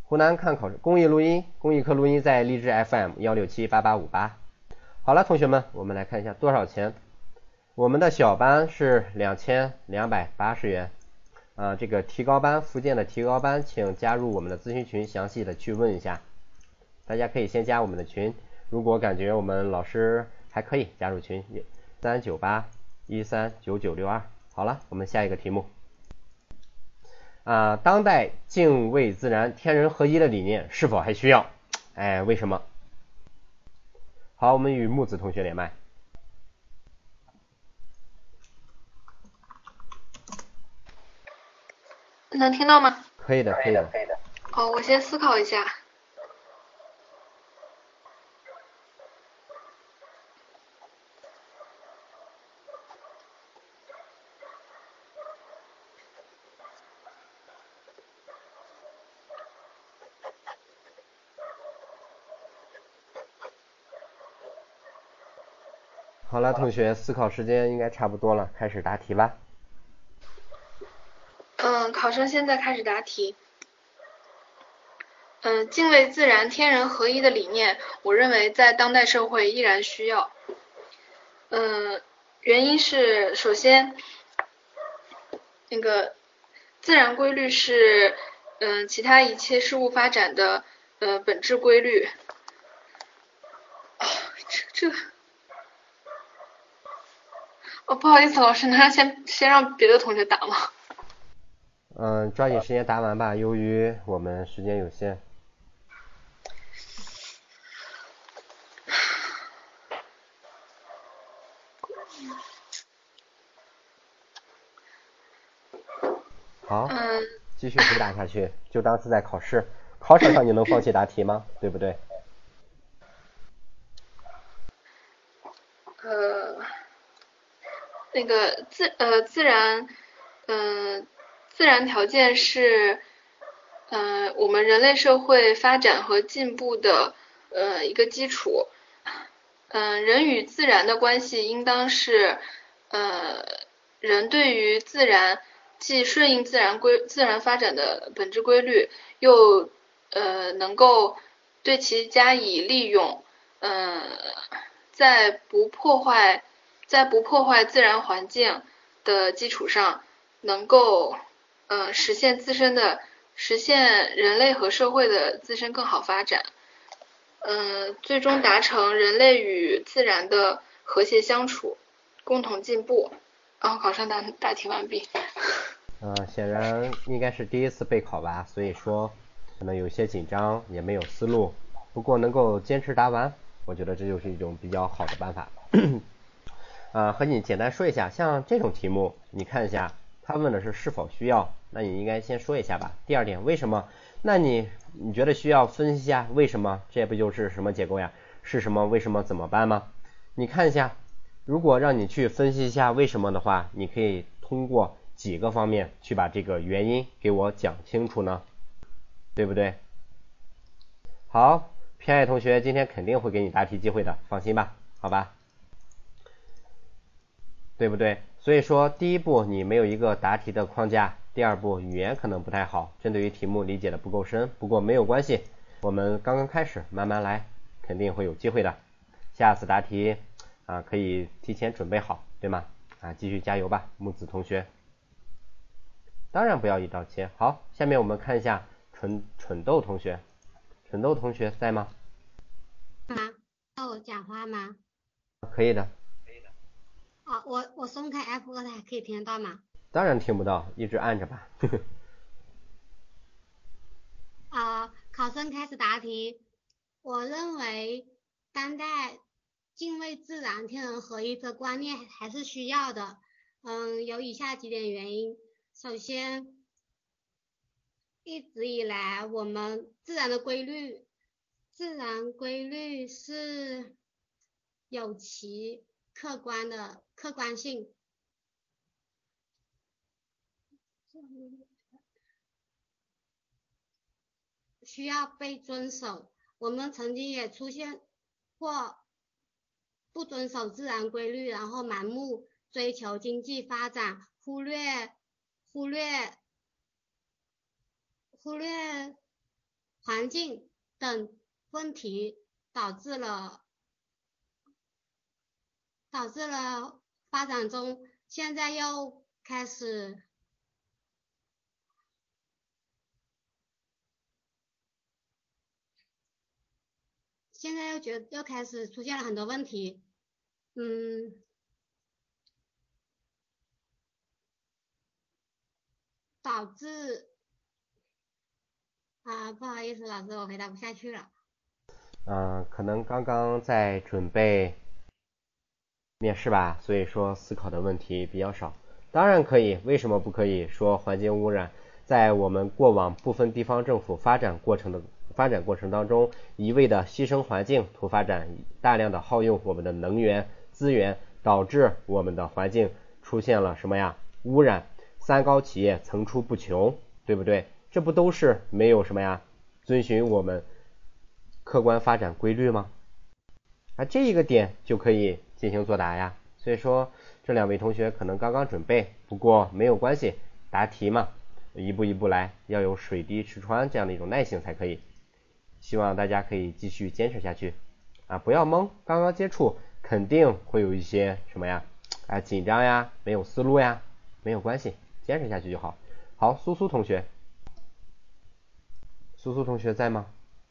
湖南看考试公益录音，公益课录音在荔枝 FM1678858。好了，同学们，我们来看一下多少钱。我们的小班是2280元。这个提高班，福建的提高班，请加入我们的咨询群，详细的去问一下。大家可以先加我们的群，如果感觉我们老师还可以，加入群398139962。好了，我们下一个题目。当代敬畏自然、天人合一的理念是否还需要？为什么？好，我们与木子同学连麦。 能听到吗？ 可以的，可以的。 我先思考一下。 好了，同学，思考时间应该差不多了，开始答题吧。 考生现在开始答题。敬畏自然、天人合一的理念，我认为在当代社会依然需要。原因是，首先，那个自然规律是其他一切事物发展的本质规律。不好意思，老师，能先让别的同学答吗？ 抓紧时间答完吧，由于我们时间有限。好，继续回答下去，就当是在考试。考场上你能放弃答题吗？对不对？ 那个自然条件是我们人类社会发展和进步的一个基础。人与自然的关系应当是人对于自然既顺应自然发展的本质规律，又能够对其加以利用，在不破坏自然环境的基础上，能够实现人类和社会的自身更好发展，最终达成人类与自然的和谐相处，共同进步。然后考生答题完毕。 显然应该是第一次备考吧，所以说可能有些紧张，也没有思路。不过能够坚持答完，我觉得这就是一种比较好的办法。和你简单说一下，像这种题目，你看一下，他问的是否需要，那你应该先说一下吧。第二点，为什么？那你觉得需要分析一下为什么？这不就是什么结构呀？是什么？为什么？怎么办吗？你看一下，如果让你去分析一下为什么的话，你可以通过几个方面去把这个原因给我讲清楚呢，对不对？好，偏爱同学今天肯定会给你答题机会的，放心吧，好吧？对不对？所以说第一步你没有一个答题的框架，第二步语言可能不太好，针对于题目理解的不够深，不过没有关系，我们刚刚开始，慢慢来，肯定会有机会的。下次答题可以提前准备好，对吗？继续加油吧，木子同学。当然不要一刀切。好，下面我们看一下蠢豆同学。蠢豆同学在吗？ 要我讲话吗？ 可以的。 我松开 F2台可以听得到吗？ 当然听不到，一直按着吧。 考生开始答题。我认为当代敬畏自然、天人合一的观念还是需要的。有以下几点原因。首先，一直以来我们自然规律是有其客观性，需要被遵守。我们曾经也出现过不遵守自然规律，然后盲目追求经济发展，忽略环境等问题导致了发展中，现在又开始出现了很多问题，导致不好意思，老师，我回答不下去了。 可能刚刚在准备面试吧，所以说思考的问题比较少。当然可以，为什么不可以？说环境污染在我们过往部分地方政府发展过程当中，一味的牺牲环境图发展，大量的耗用我们的能源资源，导致我们的环境出现了什么呀？污染，三高企业层出不穷，对不对？这不都是没有什么呀？遵循我们客观发展规律吗？这一个点就可以进行作答呀。所以说这两位同学可能刚刚准备，不过没有关系，答题嘛，一步一步来，要有水滴石穿这样的一种耐性才可以。希望大家可以继续坚持下去不要懵，刚刚接触肯定会有一些什么呀紧张呀，没有思路呀，没有关系，坚持下去就好。好，苏苏同学在吗？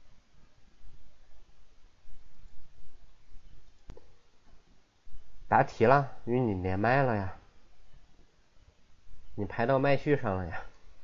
答题了，与你连麦了呀，你排到麦序上了呀。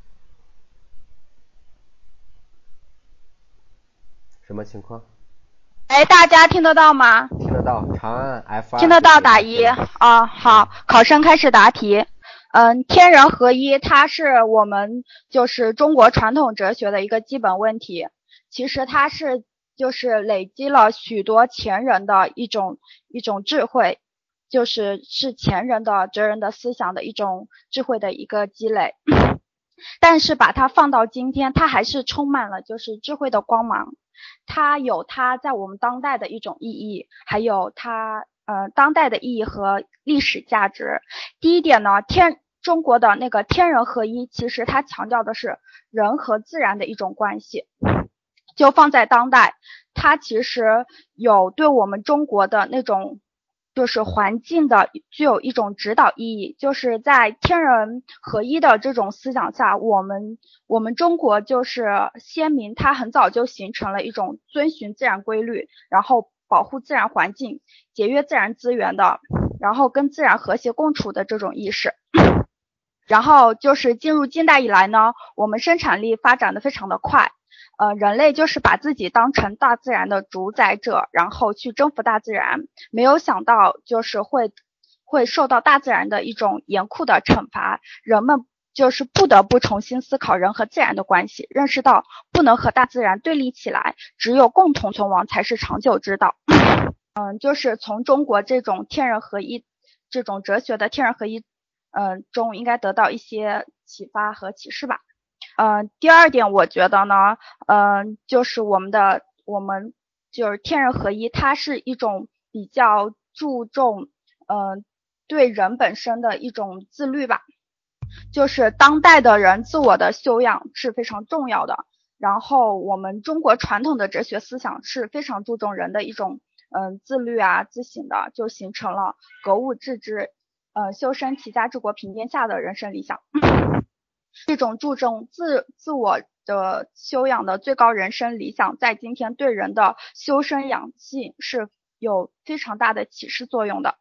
什么情况？ 大家听得到吗？ 听得到，长按 F2。 听得到打1。好，考生开始答题。天人合一，它是我们就是中国传统哲学的一个基本问题。其实它是就是累积了许多前人的一种智慧，是前人的哲人的思想的一种智慧的一个积累。但是把它放到今天，它还是充满了就是智慧的光芒。它有它在我们当代的一种意义，还有它当代的意义和历史价值。第一点呢，中国的那个天人合一，其实它强调的是人和自然的一种关系。就放在当代，它其实有对我们中国的那种就是环境的具有一种指导意义。就是在天人合一的这种思想下，我们中国就是先民，他很早就形成了一种遵循自然规律，然后保护自然环境，节约自然资源的，然后跟自然和谐共处的这种意识。然后就是进入近代以来呢，我们生产力发展的非常的快，人类就是把自己当成大自然的主宰者，然后去征服大自然，没有想到就是会受到大自然的一种严酷的惩罚，人们就是不得不重新思考人和自然的关系，认识到不能和大自然对立起来，只有共同存亡才是长久之道。就是从中国这种天人合一这种哲学的天人合一中应该得到一些启发和启示吧。第二点我觉得呢，就是我们就是天人合一，它是一种比较注重对人本身的一种自律吧。就是当代的人自我的修养是非常重要的，然后我们中国传统的哲学思想是非常注重人的一种自律自省的，就形成了格物致知修身齐家治国平天下的人生理想。这种注重自我的修养的最高人生理想，在今天对人的修身养性是有非常大的启示作用的。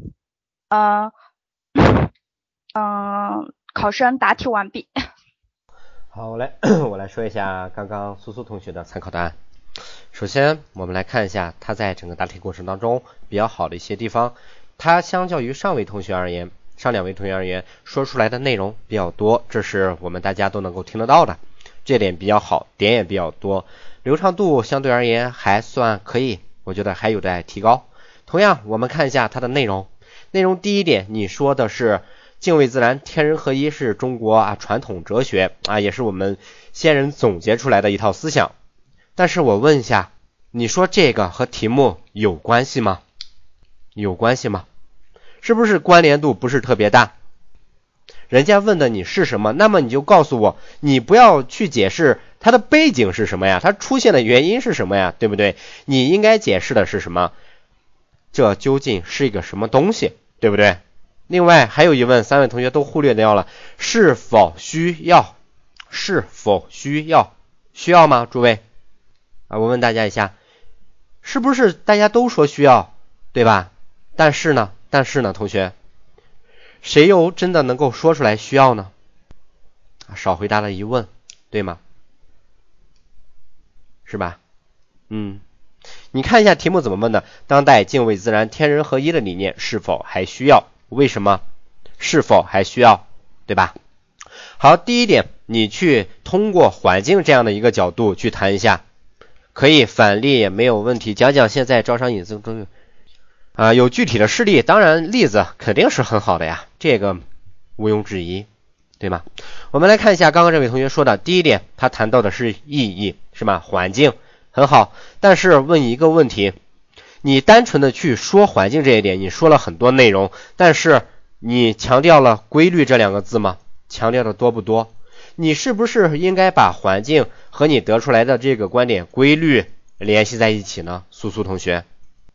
考生答题完毕。 好，我来说一下刚刚苏苏同学的参考答案。首先我们来看一下他在整个答题过程当中比较好的一些地方。他相较于上两位同学而言说出来的内容比较多，这是我们大家都能够听得到的，这点比较好，点也比较多，流畅度相对而言还算可以，我觉得还有待提高。同样我们看一下它的内容第一点，你说的是敬畏自然，天人合一是中国传统哲学也是我们先人总结出来的一套思想。但是我问一下，你说这个和题目有关系吗？是不是关联度不是特别大？人家问的你是什么，那么你就告诉我，你不要去解释它的背景是什么呀？它出现的原因是什么呀？对不对？你应该解释的是什么？这究竟是一个什么东西，对不对？另外还有疑问，3位同学都忽略掉了，是否需要？是否需要？需要吗？诸位啊，我问大家一下，是不是大家都说需要，对吧？但是呢，同学，谁又真的能够说出来需要呢？少回答了疑问，对吗？是吧？你看一下题目怎么问的，当代敬畏自然天人合一的理念是否还需要？为什么？是否还需要？对吧？好，第一点，你去通过环境这样的一个角度去谈一下，可以反例也没有问题，讲讲现在招商引资中有具体的事例，当然例子肯定是很好的呀，这个毋庸置疑，对吗？我们来看一下刚刚这位同学说的第一点，他谈到的是意义，是吧？环境很好，但是问一个问题，你单纯的去说环境这一点，你说了很多内容，但是你强调了规律这2个字吗？强调的多不多？你是不是应该把环境和你得出来的这个观点规律联系在一起呢？苏苏同学，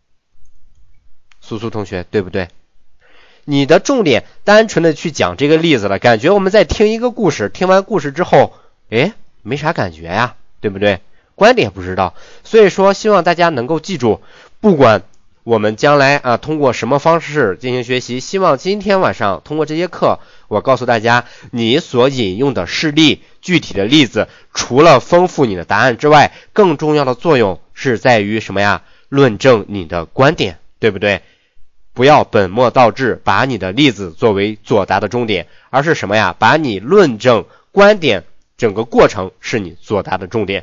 对不对？你的重点单纯的去讲这个例子了，感觉我们在听一个故事，听完故事之后，没啥感觉呀，对不对？观点不知道，所以说希望大家能够记住，不管我们将来通过什么方式进行学习，希望今天晚上通过这节课，我告诉大家，你所引用的事例、具体的例子，除了丰富你的答案之外，更重要的作用是在于什么呀？论证你的观点，对不对？不要本末倒置，把你的例子作为作答的终点，而是什么呀？把你论证观点整个过程是你作答的重点。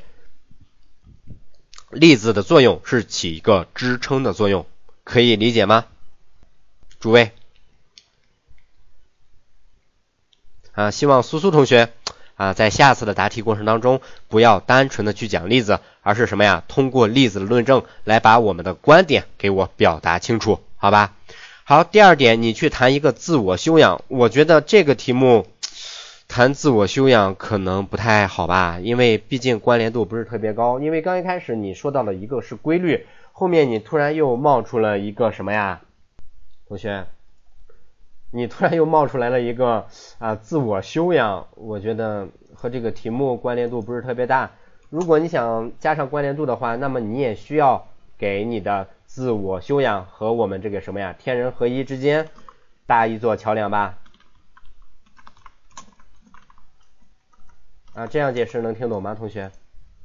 例子的作用是起一个支撑的作用，可以理解吗？诸位希望苏苏同学在下次的答题过程当中，不要单纯的去讲例子，而是什么呀？通过例子的论证来把我们的观点给我表达清楚，好吧？好，第二点，你去谈一个自我修养，我觉得这个题目谈自我修养可能不太好吧，因为毕竟关联度不是特别高，因为刚一开始你说到了一个是规律，后面你突然又冒出了一个什么呀？同学，你突然又冒出来了一个自我修养，我觉得和这个题目关联度不是特别大。如果你想加上关联度的话，那么你也需要给你的自我修养和我们这个什么呀天人合一之间搭一座桥梁吧。这样解释能听懂吗，同学？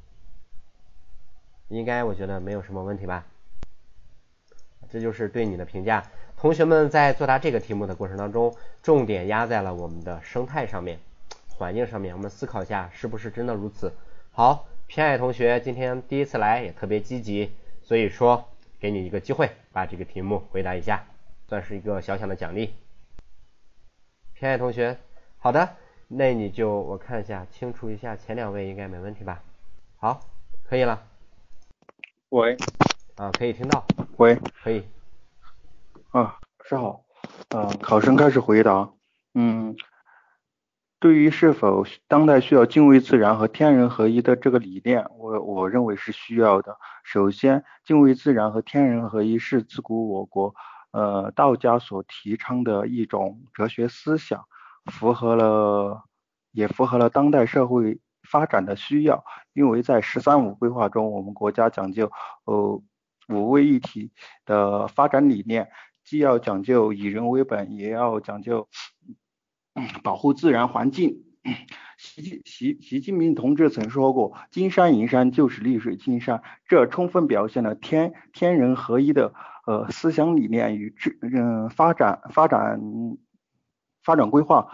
应该我觉得没有什么问题吧。这就是对你的评价。同学们在作答这个题目的过程当中，重点压在了我们的生态上面、环境上面，我们思考一下是不是真的如此。好，偏爱同学今天第一次来也特别积极，所以说给你一个机会把这个题目回答一下，算是一个小小的奖励。偏爱同学，好的，那你就我看一下，清除一下前2位应该没问题吧？好，可以了。 喂。 可以听到。 喂。 可以。 老师好。考生开始回答。对于是否当代需要敬畏自然和天人合一的这个理念，我认为是需要的。首先，敬畏自然和天人合一是自古我国道家所提倡的一种哲学思想，也符合了当代社会发展的需要。因为在“十三五”规划中，我们国家讲究五位一体的发展理念，既要讲究以人为本，也要讲究保护自然环境。习近平同志曾说过，金山银山就是绿水青山，这充分表现了天人合一的思想理念与发展规划。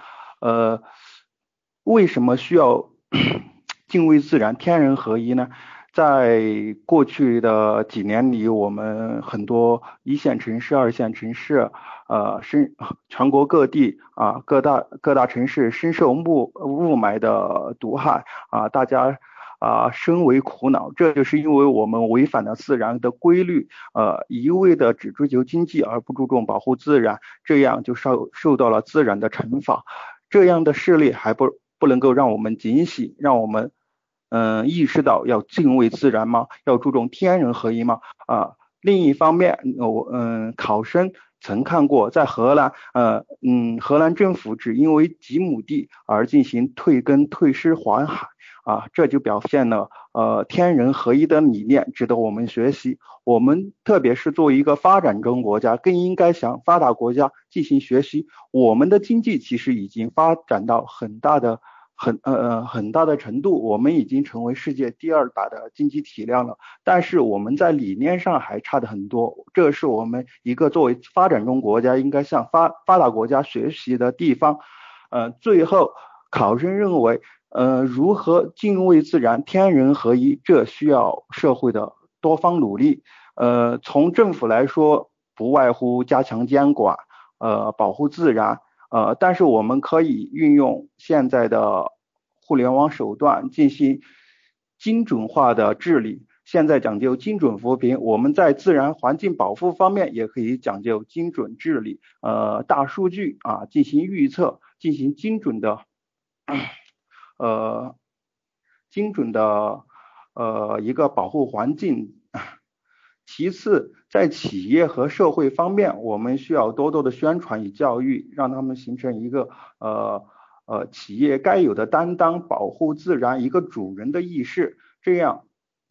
为什么需要敬畏自然天人合一呢？在过去的几年里，我们很多1线城市、2线城市全国各地各大城市深受雾霾的毒害大家深为苦恼。这就是因为我们违反了自然的规律，一味的只追求经济而不注重保护自然，这样就受到了自然的惩罚。这样的事例还不能够让我们警醒，让我们意识到要敬畏自然吗？要注重天人合一吗？另一方面，考生曾看过在荷兰，荷兰政府只因为几亩地而进行退耕退施环海，这就表现了天人合一的理念，值得我们学习。我们特别是作为一个发展中国家，更应该向发达国家进行学习。我们的经济其实已经发展到很大的程度，我们已经成为世界第2大的经济体量了，但是我们在理念上还差得很多，这是我们一个作为发展中国家应该向发达国家学习的地方。最后考生认为如何敬畏自然天人合一，这需要社会的多方努力。从政府来说，不外乎加强监管，保护自然，但是我们可以运用现在的互联网手段进行精准化的治理。现在讲究精准扶贫，我们在自然环境保护方面也可以讲究精准治理，大数据进行预测，进行精准的一个保护环境。其次，在企业和社会方面，我们需要多多的宣传与教育，让他们形成一个企业该有的担当，保护自然一个主人的意识，这样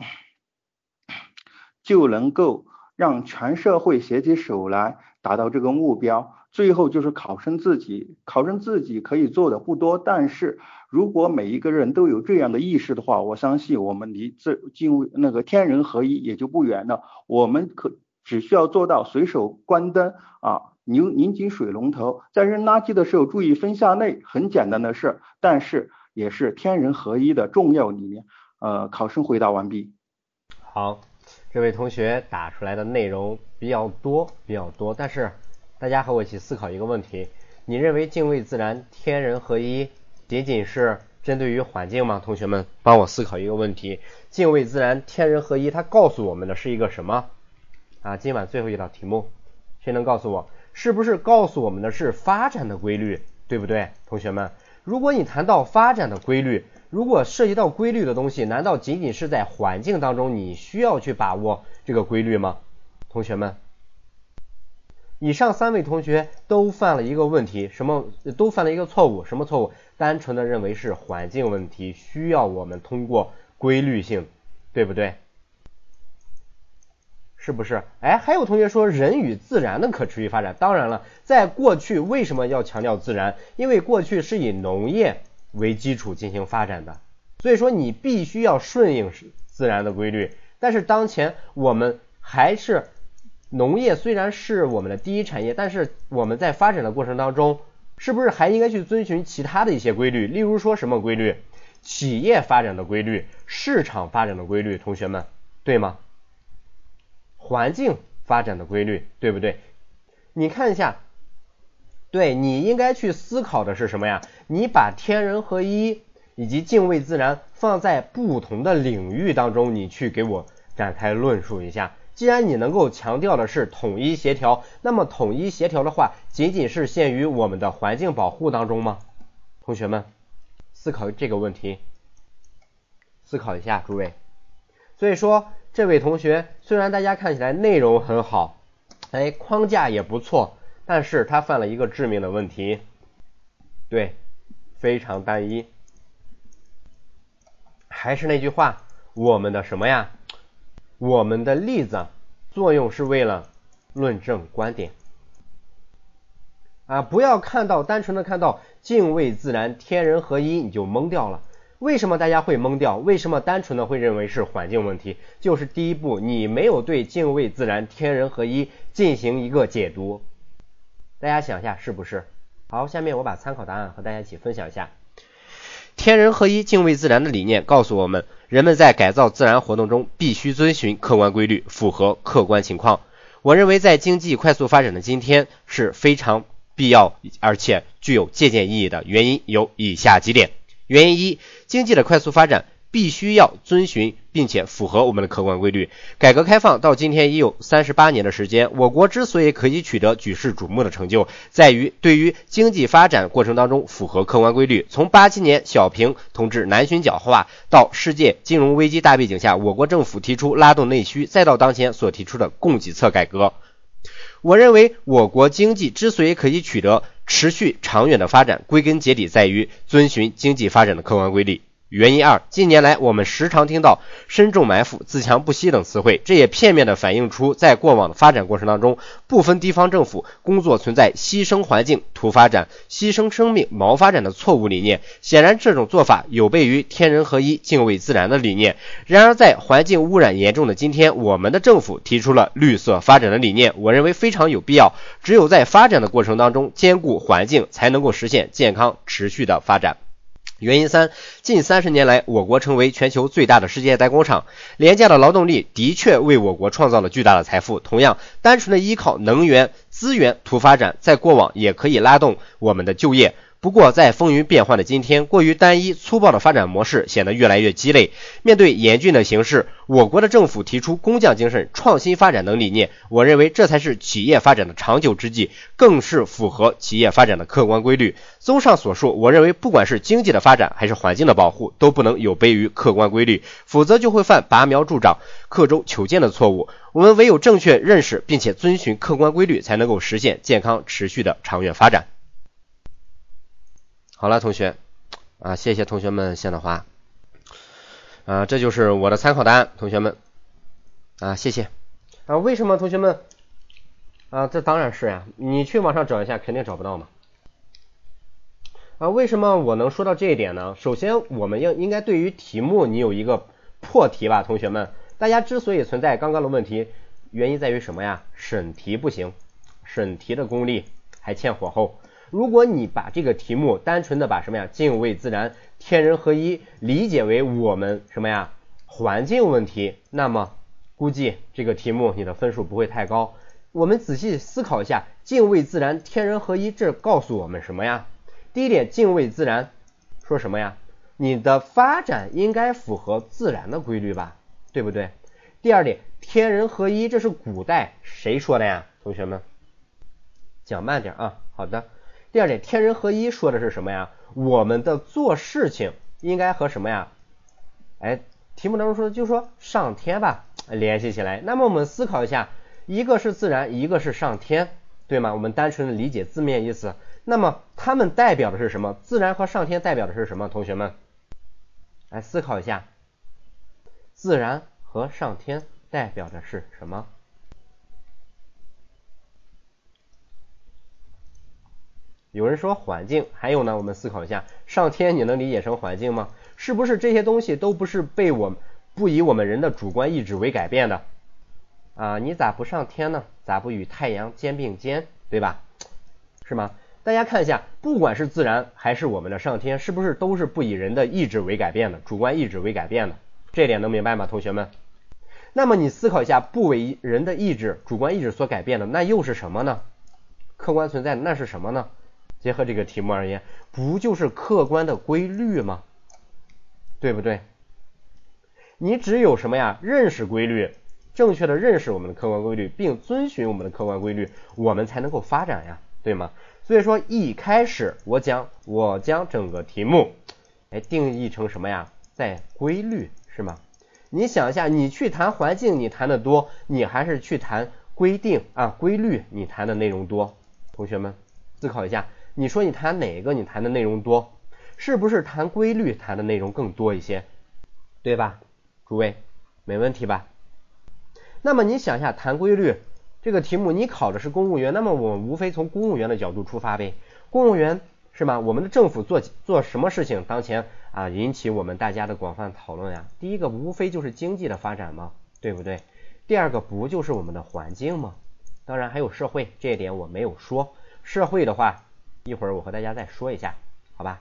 就能够让全社会携起手来达到这个目标。最后就是考生自己可以做的不多，但是如果每一个人都有这样的意识的话，我相信我们离进入那个天人合一也就不远了。我们只需要做到随手关灯拧紧水龙头，在扔垃圾的时候注意分下类，很简单的事，但是也是天人合一的重要理念。考生回答完毕。 好，这位同学打出来的内容比较多，但是大家和我一起思考一个问题，你认为敬畏自然天人合一仅仅是针对于环境吗？同学们帮我思考一个问题，敬畏自然天人合一它告诉我们的是一个什么今晚最后一道题目，谁能告诉我是不是告诉我们的是发展的规律，对不对？同学们，如果你谈到发展的规律，如果涉及到规律的东西，难道仅仅是在环境当中你需要去把握这个规律吗？同学们，以上3位同学都犯了一个问题，都犯了一个错误，什么错误？单纯的认为是环境问题需要我们通过规律性，对不对？是不是？还有同学说人与自然的可持续发展。当然了，在过去为什么要强调自然？因为过去是以农业为基础进行发展的，所以说你必须要顺应自然的规律。但是当前我们还是农业虽然是我们的第一产业，但是我们在发展的过程当中，是不是还应该去遵循其他的一些规律？例如说什么规律？企业发展的规律，市场发展的规律，同学们，对吗？环境发展的规律，对不对？你看一下，对，你应该去思考的是什么呀？你把天人合一以及敬畏自然放在不同的领域当中，你去给我展开论述一下。既然你能够强调的是统一协调，那么统一协调的话，仅仅是限于我们的环境保护当中吗？同学们，思考这个问题，思考一下，诸位。所以说，这位同学虽然大家看起来内容很好，框架也不错，但是他犯了一个致命的问题，对，非常单一。还是那句话，我们的什么呀？我们的例子作用是为了论证观点不要单纯的看到敬畏自然天人合一你就懵掉了。为什么大家会懵掉？为什么单纯的会认为是环境问题？就是第一步，你没有对敬畏自然天人合一进行一个解读。大家想一下是不是？好，下面我把参考答案和大家一起分享一下。天人合一敬畏自然的理念告诉我们，人们在改造自然活动中必须遵循客观规律，符合客观情况。我认为在经济快速发展的今天是非常必要而且具有借鉴意义的原因有以下几点。原因一，经济的快速发展必须要遵循并且符合我们的客观规律。改革开放到今天已有38年的时间，我国之所以可以取得举世瞩目的成就，在于对于经济发展过程当中符合客观规律。从87年小平同志南巡讲话，到世界金融危机大背景下我国政府提出拉动内需，再到当前所提出的供给侧改革，我认为我国经济之所以可以取得持续长远的发展，归根结底在于遵循经济发展的客观规律。原因二，近年来我们时常听到身重埋伏、自强不息等词汇，这也片面地反映出在过往的发展过程当中，部分地方政府工作存在牺牲环境图发展、牺牲生命谋发展的错误理念。显然这种做法有悖于天人合一、敬畏自然的理念。然而在环境污染严重的今天，我们的政府提出了绿色发展的理念，我认为非常有必要。只有在发展的过程当中兼顾环境，才能够实现健康持续的发展。原因三，近30年来，我国成为全球最大的世界代工厂，廉价的劳动力的确为我国创造了巨大的财富。同样，单纯的依靠能源资源图发展，在过往也可以拉动我们的就业。不过在风云变幻的今天，过于单一粗暴的发展模式显得越来越鸡肋。面对严峻的形势，我国的政府提出工匠精神、创新发展等理念，我认为这才是企业发展的长久之计，更是符合企业发展的客观规律。综上所述，我认为不管是经济的发展还是环境的保护，都不能有悖于客观规律，否则就会犯拔苗助长、刻舟求剑的错误。我们唯有正确认识并且遵循客观规律，才能够实现健康持续的长远发展。好了，同学谢谢同学们献的花这就是我的参考答案，同学们谢谢为什么同学们这当然是呀，你去网上找一下肯定找不到嘛为什么我能说到这一点呢？首先我们应该对于题目你有一个破题吧，同学们，大家之所以存在刚刚的问题，原因在于什么呀？审题不行，审题的功力还欠火候。如果你把这个题目单纯的把什么呀，敬畏自然、天人合一理解为我们什么呀，环境问题，那么估计这个题目你的分数不会太高。我们仔细思考一下，敬畏自然、天人合一，这告诉我们什么呀？第一点，敬畏自然说什么呀？你的发展应该符合自然的规律吧，对不对？第二点，天人合一，这是古代谁说的呀？同学们讲慢点好的。第二点，天人合一说的是什么呀？我们的做事情应该和什么呀？题目当中说的就是说上天吧，联系起来。那么我们思考一下，一个是自然，一个是上天，对吗？我们单纯的理解字面意思，那么它们代表的是什么？自然和上天代表的是什么？同学们来思考一下，自然和上天代表的是什么？有人说环境，还有呢，我们思考一下，上天你能理解成环境吗？是不是这些东西都不是不以我们人的主观意志为改变的你咋不上天呢？咋不与太阳肩并肩，对吧？是吗？大家看一下，不管是自然还是我们的上天，是不是都是不以人的意志为改变的，主观意志为改变的？这点能明白吗，同学们？那么你思考一下，不为人的意志、主观意志所改变的，那又是什么呢？客观存在的那是什么呢？结合这个题目而言，不就是客观的规律吗？对不对？你只有什么呀？认识规律，正确的认识我们的客观规律，并遵循我们的客观规律，我们才能够发展呀，对吗？所以说一开始我将整个题目定义成什么呀？在规律，是吗？你想一下，你去谈环境你谈的多，你还是去谈规定规律你谈的内容多？同学们思考一下，你说你谈哪个你谈的内容多？是不是谈规律谈的内容更多一些？对吧？诸位没问题吧？那么你想一下，谈规律这个题目你考的是公务员，那么我们无非从公务员的角度出发呗。公务员是吗？我们的政府做什么事情当前引起我们大家的广泛讨论呀？第一个无非就是经济的发展嘛，对不对？第二个不就是我们的环境吗？当然还有社会，这一点我没有说。社会的话一会儿我和大家再说一下，好吧？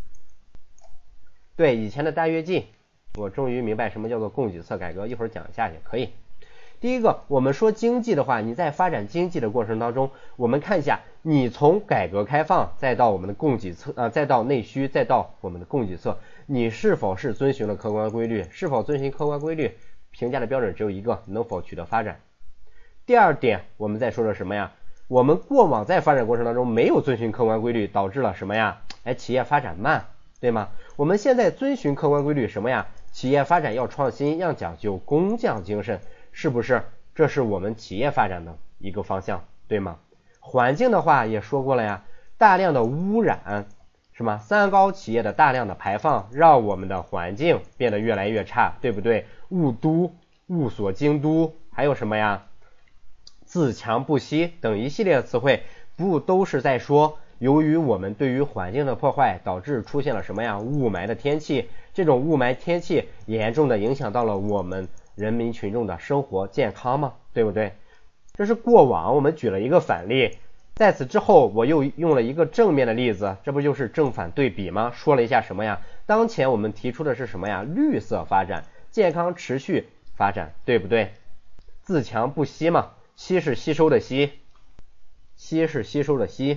对，以前的大跃进我终于明白什么叫做供给侧改革，一会儿讲一下也可以。第一个，我们说经济的话，你在发展经济的过程当中，我们看一下，你从改革开放再到我们的供给侧再到内需，再到我们的供给侧， 你是否是遵循了客观规律，是否遵循客观规律，评价的标准只有一个，能否取得发展。第二点，我们在说的什么呀？我们过往在发展过程当中没有遵循客观规律，导致了什么呀？企业发展慢，对吗？我们现在遵循客观规律，什么呀？企业发展要创新，要讲究工匠精神，是不是？这是我们企业发展的一个方向，对吗？环境的话也说过了呀，大量的污染，是吗？三高企业的大量的排放，让我们的环境变得越来越差，对不对？雾都、物所经都，还有什么呀？自强不息等一系列的词汇，不都是在说，由于我们对于环境的破坏，导致出现了什么呀？雾霾的天气，这种雾霾天气严重的影响到了我们人民群众的生活健康吗？对不对？这是过往我们举了一个反例，在此之后我又用了一个正面的例子，这不就是正反对比吗？说了一下什么呀？当前我们提出的是什么呀？绿色发展，健康持续发展，对不对？自强不息嘛，息是吸收的息，息是吸收的息，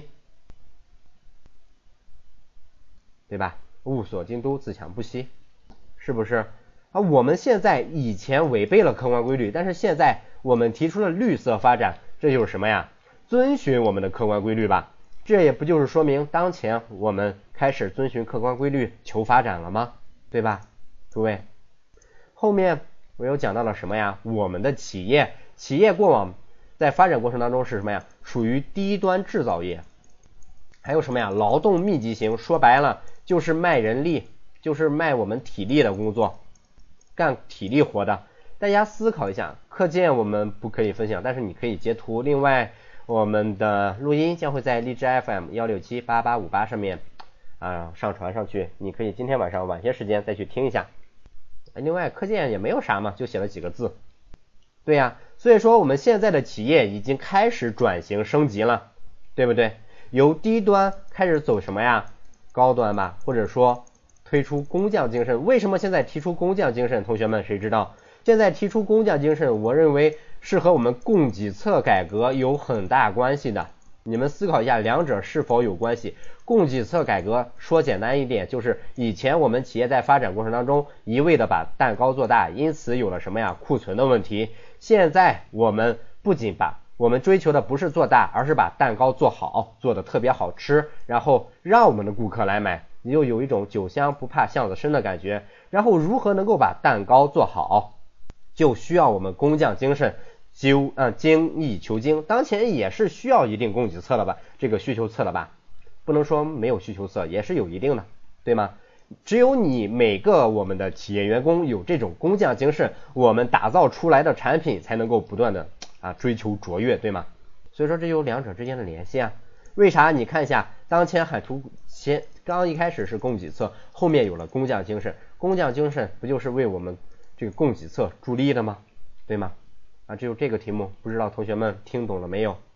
对吧？物所经都，自强不息，是不是？我们现在以前违背了客观规律，但是现在我们提出了绿色发展，这就是什么呀？遵循我们的客观规律吧。这也不就是说明当前我们开始遵循客观规律求发展了吗？对吧？诸位，后面我又讲到了什么呀？我们的企业过往在发展过程当中是什么呀？属于低端制造业，还有什么呀？劳动密集型，说白了就是卖人力，就是卖我们体力的工作，干体力活的。大家思考一下，课件我们不可以分享，但是你可以截图。另外我们的录音将会在荔枝 FM 1678858上面上传上去，你可以今天晚上晚些时间再去听一下。另外课件也没有啥嘛，就写了几个字。对呀，所以说我们现在的企业已经开始转型升级了，对不对？由低端开始走什么呀？高端吧，或者说推出工匠精神。为什么现在提出工匠精神？同学们谁知道？现在提出工匠精神，我认为是和我们供给侧改革有很大关系的。你们思考一下，两者是否有关系？供给侧改革说简单一点，就是以前我们企业在发展过程当中一味的把蛋糕做大，因此有了什么呀？库存的问题。现在我们不仅我们追求的不是做大，而是把蛋糕做好，做的特别好吃，然后让我们的顾客来买，你就有一种酒香不怕巷子深的感觉。然后如何能够把蛋糕做好，就需要我们工匠精神，精益求精。当前也是需要一定供给侧了吧，这个需求侧了吧，不能说没有需求侧，也是有一定的，对吗？只有你每个我们的企业员工有这种工匠精神，我们打造出来的产品才能够不断的追求卓越，对吗？所以说这有两者之间的联系啊。为啥？你看一下当前海图刚一开始是供给侧，后面有了工匠精神，工匠精神不就是为我们这个供给侧助力的吗？对吗？只有这个题目，不知道同学们听懂了没有？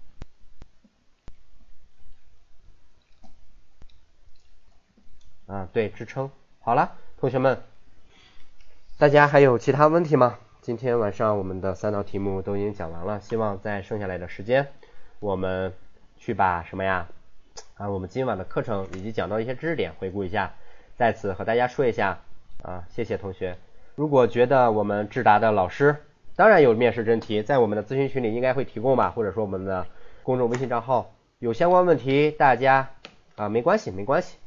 对，支撑。好了，同学们，大家还有其他问题吗？今天晚上我们的3道题目都已经讲完了，希望在剩下来的时间，我们去把什么呀？我们今晚的课程以及讲到一些知识点回顾一下，在此和大家说一下谢谢同学。如果觉得我们智达的老师，当然有面试真题，在我们的咨询群里应该会提供吧，或者说我们的公众微信账号有相关问题，大家没关系，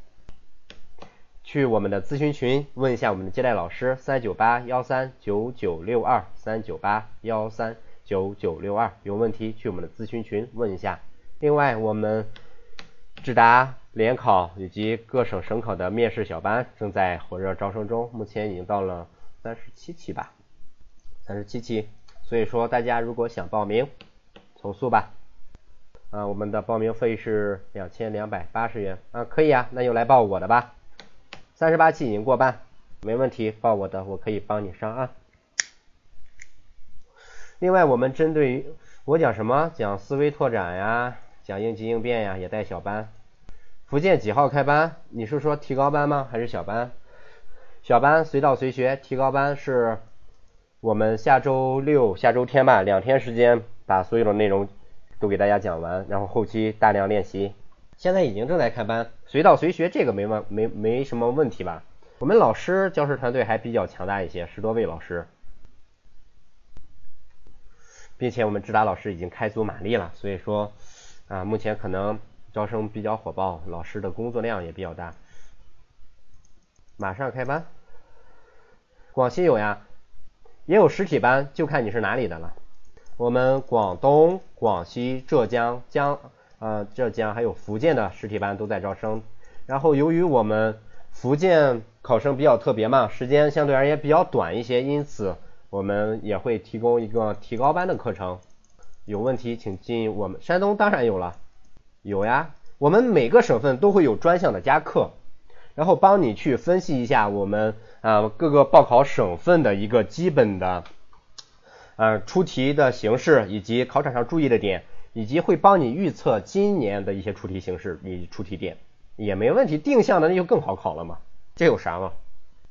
去我们的咨询群问一下我们的接待老师，398139962 398139962，有问题去我们的咨询群问一下。另外我们智达联考以及各省省考的面试小班正在火热招生中，目前已经到了37期吧，37期，所以说大家如果想报名从速吧。我们的报名费是2280元可以那就来报我的吧。38期已经过半，没问题，报我的我可以帮你上另外我们针对于我讲什么，讲思维拓展呀，讲应急应变呀，也带小班。福建几号开班？你是说提高班吗？还是小班？小班随到随学，提高班是我们下周六下周天吧，2天时间把所有的内容都给大家讲完，然后后期大量练习。现在已经正在开班，随到随学这个没什么问题吧。 我们老师教师团队还比较强大一些，10多位老师，并且我们智达老师已经开足马力了，所以说目前可能招生比较火爆，老师的工作量也比较大。马上开班。广西有呀，也有实体班，就看你是哪里的了。我们广东、广西、浙江、浙江还有福建的实体班都在招生。然后由于我们福建考生比较特别嘛，时间相对而言比较短一些，因此我们也会提供一个提高班的课程。有问题请进我们山东当然有了，有呀，我们每个省份都会有专项的加课，然后帮你去分析一下我们各个报考省份的一个基本的出题的形式，以及考场上注意的点，以及会帮你预测今年的一些出题形式以及出题点，也没问题。定向的那就更好考了嘛，这有啥嘛？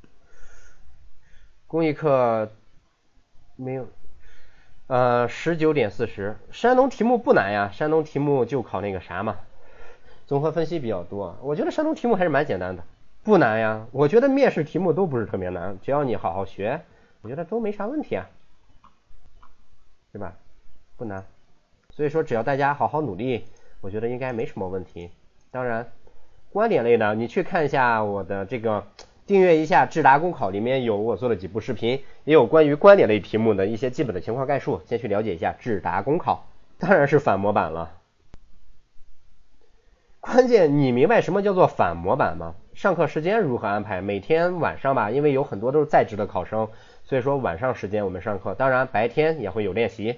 公益课没有19点40，山东题目不难呀，山东题目就考那个啥嘛，综合分析比较多，我觉得山东题目还是蛮简单的，不难呀。我觉得面试题目都不是特别难，只要你好好学，我觉得都没啥问题啊，对吧？不难，所以说只要大家好好努力，我觉得应该没什么问题。当然观点类的你去看一下我的这个订阅一下智达公考，里面有我做了几部视频，也有关于观点类题目的一些基本的情况概述，先去了解一下智达公考。当然是反模板了，关键你明白什么叫做反模板吗？上课时间如何安排？每天晚上吧，因为有很多都是在职的考生，所以说晚上时间我们上课，当然白天也会有练习，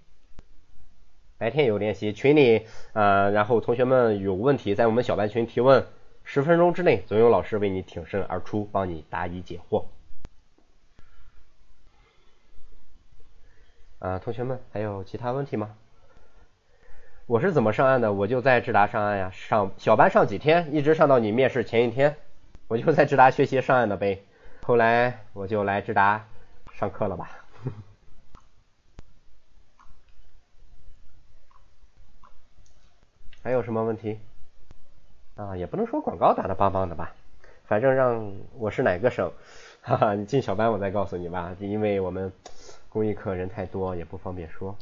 群里然后同学们有问题在我们小班群提问，10分钟之内总有老师为你挺身而出，帮你答疑解惑。同学们还有其他问题吗？我是怎么上岸的？我就在智达上岸呀，小班上几天，一直上到你面试前一天，我就在智达学习上岸的呗。后来我就来智达上课了吧。还有什么问题？也不能说广告打得棒棒的吧，反正让我是哪个省，你进小班我再告诉你吧，因为我们公益课人太多，也不方便说。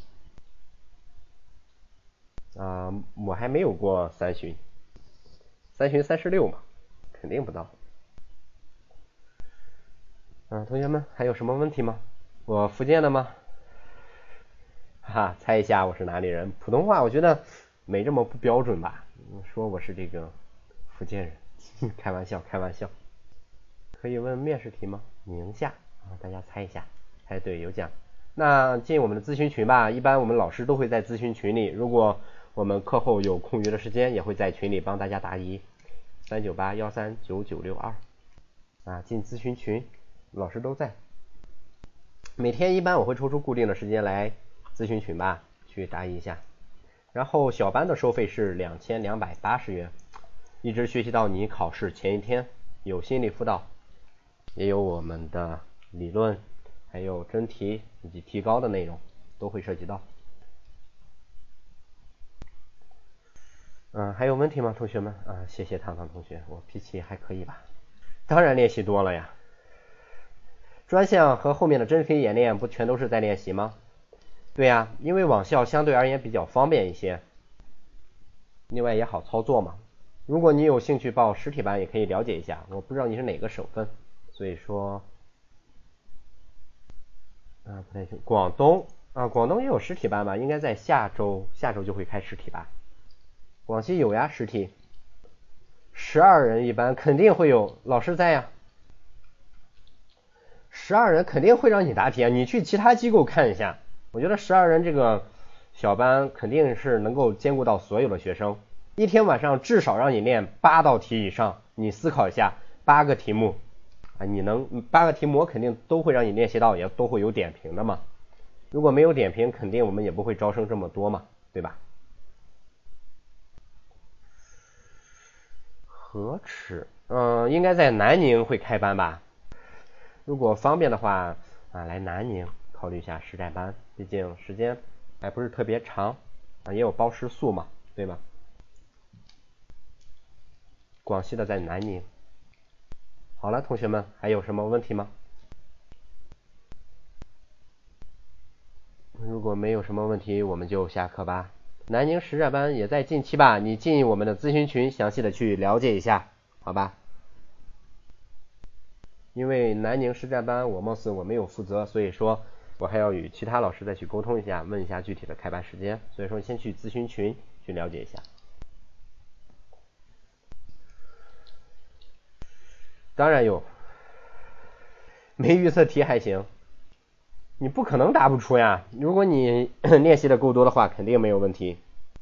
我还没有过3巡36嘛，肯定不到。同学们还有什么问题吗？我福建的吗？猜一下我是哪里人？普通话我觉得没这么不标准吧，说我是这个福建人，开玩笑。可以问面试题吗？宁夏大家猜一下，猜对有奖。那进我们的咨询群吧，一般我们老师都会在咨询群里，如果我们课后有空余的时间，也会在群里帮大家答疑。398139962进咨询群，老师都在。每天一般我会抽出固定的时间来咨询群吧，去答疑一下。然后小班的收费是2280元，一直学习到你考试前一天，有心理辅导，也有我们的理论，还有真题以及提高的内容都会涉及到。还有问题吗，同学们？谢谢糖糖同学，我脾气还可以吧？当然练习多了呀。专项和后面的真题演练不全都是在练习吗？对呀，因为网校相对而言比较方便一些，另外也好操作嘛。如果你有兴趣报实体班，也可以了解一下。我不知道你是哪个省份，所以说不太清。广东也有实体班吧？应该在下周就会开实体班。广西有呀，实体12人一班，肯定会有老师在呀。12人肯定会让你答题啊，你去其他机构看一下，我觉得12人这个小班肯定是能够兼顾到所有的学生，一天晚上至少让你练8道题以上，你思考一下8个题目你能8个题目我肯定都会让你练习到，也都会有点评的嘛。如果没有点评，肯定我们也不会招生这么多嘛，对吧？河池应该在南宁会开班吧，如果方便的话来南宁考虑一下实战班，毕竟时间还不是特别长也有包食宿嘛，对吧？广西的在南宁。好。 好了，同学们，还有什么问题吗？如果没有什么问题，我们就下课吧。南宁实战班也在近期吧，你进我们的咨询群，详细的去了解一下，好吧？因为南宁实战班我貌似我没有负责，所以说我还要与其他老师再去沟通一下，问一下具体的开班时间，所以说先去咨询群去了解一下。当然有，没预测题还行，你不可能答不出呀，如果你练习的够多的话，肯定没有问题。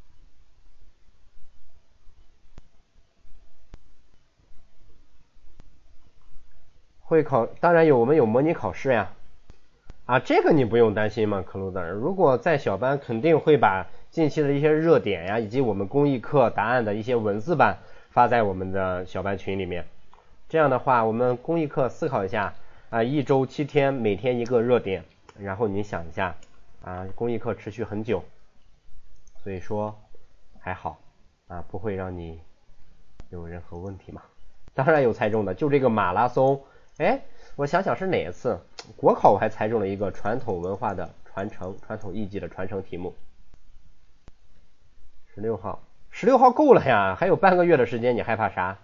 会考当然有，我们有模拟考试呀。啊，这个你不用担心嘛，克鲁德。如果在小班，肯定会把近期的一些热点呀，以及我们公益课答案的一些文字版发在我们的小班群里面。这样的话，我们公益课思考一下啊，一周7天，每天一个热点，然后你想一下啊，公益课持续很久，所以说还好啊，不会让你有任何问题嘛。当然有猜中的，就这个马拉松，哎，我想想是哪一次？国考我还猜中了一个传统文化的传承，传统艺伎的传承题目。16号够了呀，还有半个月的时间，你害怕啥？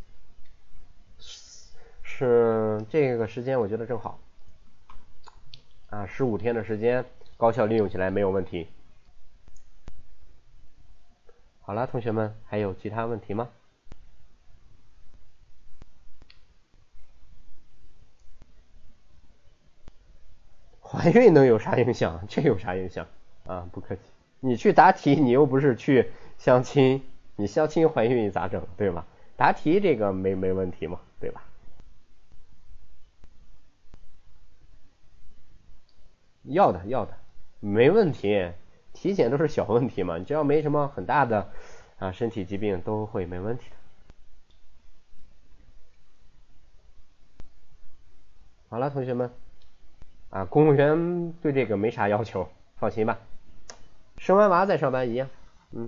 是这个时间我觉得正好啊，15天的时间高效利用起来没有问题。好了，同学们，还有其他问题吗？怀孕能有啥影响？这有啥影响啊？不客气，你去答题，你又不是去相亲，你相亲怀孕咋整，对吧？答题这个没问题嘛，对吧？要的，没问题，体检都是小问题嘛，只要没什么很大的啊身体疾病都会没问题的。好了，同学们啊，公务员对这个没啥要求，放心吧，生完娃再上班一样，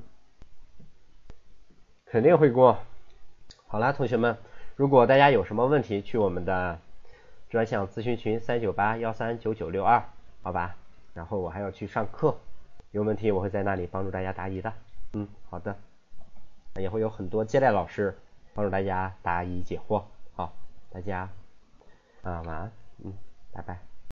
肯定会过。好啦，同学们，如果大家有什么问题，去我们的专项咨询群398139962，好吧？然后我还要去上课，有问题我会在那里帮助大家答疑的。好的，也会有很多接待老师帮助大家答疑解惑。好，大家晚安，拜拜。